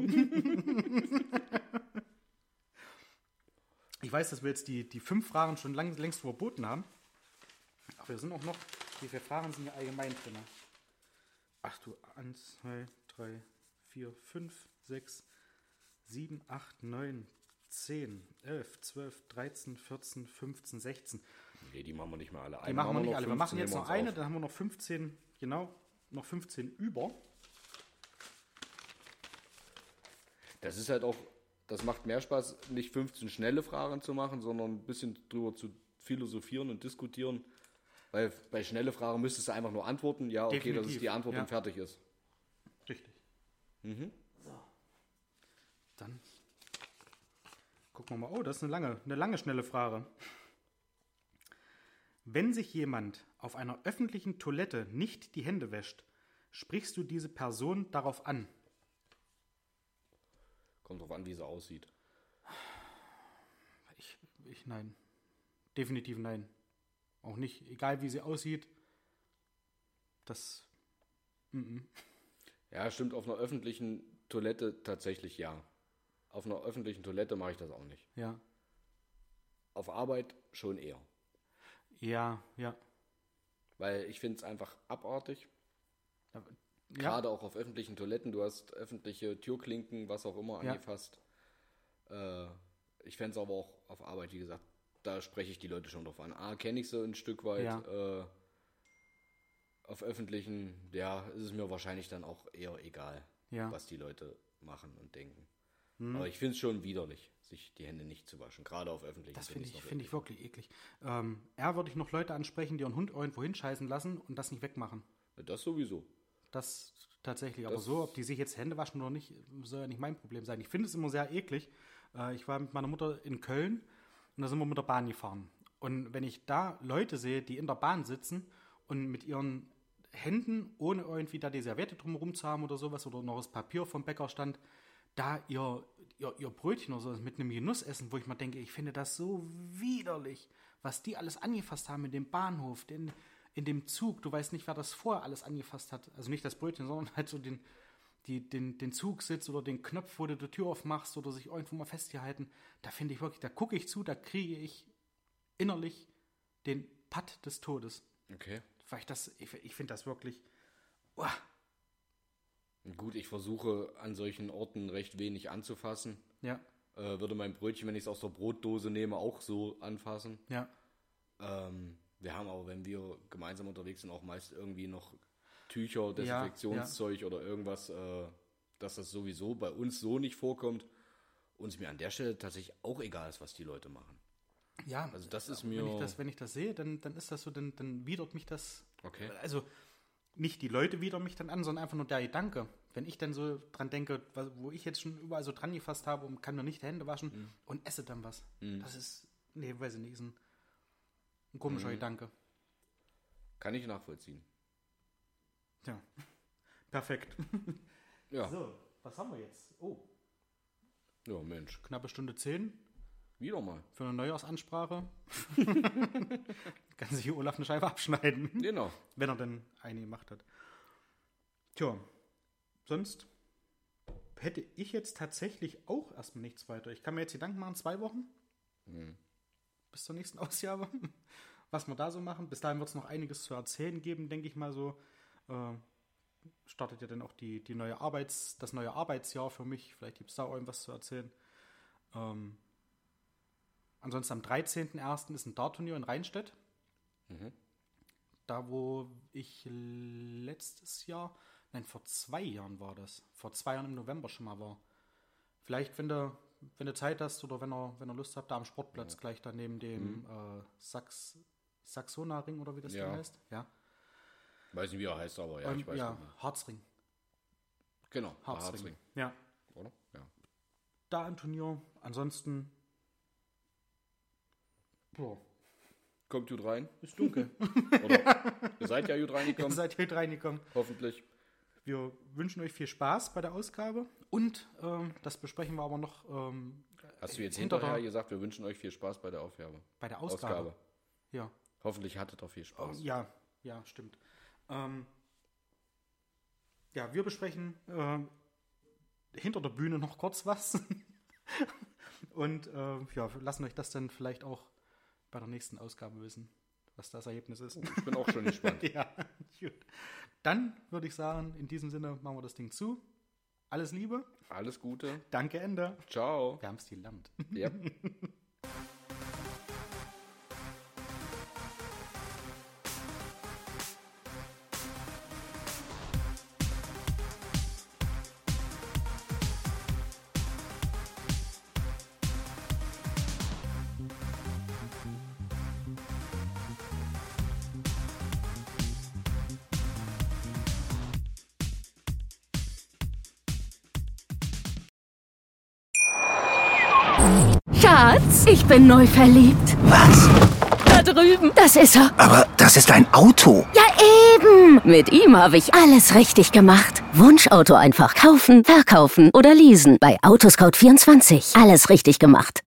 Ich weiß, dass wir jetzt die, die fünf Fragen schon lang, längst verboten haben. Aber wir sind auch noch, wie viele Fragen sind hier allgemein drin? Ach du, eins, zwei, drei, vier, fünf, sechs, sieben, acht, neun, zehn, elf, zwölf, dreizehn, vierzehn, fünfzehn, sechzehn. Nee, die machen wir nicht mehr alle. Die machen wir nicht alle. Wir machen jetzt nehmen noch uns eine, auf. dann haben wir noch fünfzehn, genau, noch fünfzehn über. Das ist halt auch, das macht mehr Spaß, nicht fünfzehn schnelle Fragen zu machen, sondern ein bisschen drüber zu philosophieren und diskutieren. Weil bei schnelle Fragen müsstest du einfach nur antworten, ja, okay, Definitiv, das ist die Antwort ja. und fertig ist. Richtig. Mhm. So. Dann gucken wir mal. Oh, das ist eine lange, eine lange, schnelle Frage. Wenn sich jemand auf einer öffentlichen Toilette nicht die Hände wäscht, sprichst du diese Person darauf an? Kommt drauf an, wie sie aussieht. Ich, ich nein. Definitiv nein. Auch nicht, egal wie sie aussieht. Das. M-m. Ja, stimmt, auf einer öffentlichen Toilette tatsächlich ja. Auf einer öffentlichen Toilette mache ich das auch nicht. Ja. Auf Arbeit schon eher. Ja, ja. Weil ich finde es einfach abartig. Ja. Gerade auch auf öffentlichen Toiletten. Du hast öffentliche Türklinken, was auch immer Ja. angefasst. Äh, ich fände es aber auch auf Arbeit, wie gesagt, da spreche ich die Leute schon drauf an. A, kenne ich sie ein Stück weit. Ja. Äh, auf öffentlichen, ja, ist es mir wahrscheinlich dann auch eher egal, Ja. was die Leute machen und denken. Hm. Aber ich finde es schon widerlich, sich die Hände nicht zu waschen. Gerade auf öffentlichen. Das find finde ich, ich's noch find ich wirklich eklig. Ähm, eher würde ich noch Leute ansprechen, die ihren Hund irgendwo hinscheißen lassen und das nicht wegmachen. eklig. Das sowieso. Das tatsächlich. Aber Das- so, ob die sich jetzt Hände waschen oder nicht, soll ja nicht mein Problem sein. Ich finde es immer sehr eklig. Äh, ich war mit meiner Mutter in Köln und da sind wir mit der Bahn gefahren. Und wenn ich da Leute sehe, die in der Bahn sitzen und mit ihren Händen, ohne irgendwie da die Serviette drumherum zu haben oder sowas, oder noch das Papier vom Bäcker stand, da ihr, ihr, ihr Brötchen oder so mit einem Genuss essen, wo ich mal denke, ich finde das so widerlich, was die alles angefasst haben in dem Bahnhof, den, in dem Zug. Du weißt nicht, wer das vorher alles angefasst hat. Also nicht das Brötchen, sondern halt so den, die, den, den Zugsitz oder den Knopf, wo du die Tür aufmachst oder sich irgendwo mal festgehalten. Da finde ich wirklich, da gucke ich zu, da kriege ich innerlich den Patt des Todes. Okay. Weil ich das, ich, ich finde das wirklich. Uah. Gut, ich versuche an solchen Orten recht wenig anzufassen. Ja, Äh, würde mein Brötchen, wenn ich es aus der Brotdose nehme, auch so anfassen. ja, Ähm, wir haben aber, wenn wir gemeinsam unterwegs sind, auch meist irgendwie noch Tücher, Desinfektionszeug oder irgendwas, äh, dass das sowieso bei uns so nicht vorkommt. Und es mir an der Stelle tatsächlich auch egal ist, was die Leute machen. ja. Also das ist wenn mir... ich das, wenn ich das sehe, dann, dann ist das so, dann, dann widert mich das. Okay. Also nicht die Leute widern mich dann an, sondern einfach nur der Gedanke. Wenn ich dann so dran denke, was- wo ich jetzt schon überall so dran gefasst habe und kann mir nicht die Hände waschen Mhm. und esse dann was. Mhm. Das ist, nee, weiß ich nicht, ist ein, ein komischer Mhm. Gedanke. Kann ich nachvollziehen. Ja, perfekt. Ja, So, was haben wir jetzt? Oh, ja Mensch. knappe Stunde zehn Wieder mal. für eine Neujahrsansprache. Kann sich hier Olaf eine Scheibe abschneiden, Genau. wenn er denn eine gemacht hat. Tja, sonst hätte ich jetzt tatsächlich auch erstmal nichts weiter. Ich kann mir jetzt Gedanken machen, zwei Wochen Hm. bis zur nächsten Ausgabe, was wir da so machen. Bis dahin wird es noch einiges zu erzählen geben, denke ich mal so. Äh, startet ja dann auch die, die neue Arbeits, das neue Arbeitsjahr für mich. Vielleicht gibt es da auch irgendwas zu erzählen. Ähm, ansonsten am dreizehnten ersten ist ein Dartturnier in Rheinstedt. Mhm. Da, wo ich letztes Jahr, nein, vor zwei Jahren war das, vor zwei Jahren im November schon mal war. Vielleicht, wenn du, wenn du Zeit hast oder wenn ihr, wenn ihr Lust habt, da am Sportplatz Ja. gleich daneben dem äh, Sax, Saxona-Ring oder wie das Ja. Ding heißt. Ja, Weiß nicht, wie er heißt, aber ja, Ähm, ich weiß ja nicht. Harzring. Genau, der Harzring. Harzring. Ja, Oder? Ja. da ein Turnier. Ansonsten, ja, Kommt gut rein. Ist dunkel. Oder ihr seid ja gut Ihr reingekommen. seid heute reingekommen. Hoffentlich. Wir wünschen euch viel Spaß bei der Ausgabe. Und ähm, das besprechen wir aber noch ähm, Hast du jetzt hinter hinterher der, gesagt, wir wünschen euch viel Spaß bei der Aufgabe? bei der Ausgabe. Ausgabe. Ja. Hoffentlich hattet ihr viel Spaß. Ja, ja, stimmt. Ähm, ja, wir besprechen äh, hinter der Bühne noch kurz was. Und äh, ja, wir lassen euch das dann vielleicht auch bei der nächsten Ausgabe wissen, was das Ergebnis ist. Ich bin auch schon gespannt. Ja, gut. Dann würde ich sagen, in diesem Sinne machen wir das Ding zu. Alles Liebe. Alles Gute. Danke, Ende. Ciao. Wir haben es gelernt. Ja. Schatz, ich bin neu verliebt. Was? Da drüben. Das ist er. Aber das ist ein Auto. Ja, eben. Mit ihm habe ich alles richtig gemacht. Wunschauto einfach kaufen, verkaufen oder leasen. Bei Autoscout vierundzwanzig. Alles richtig gemacht.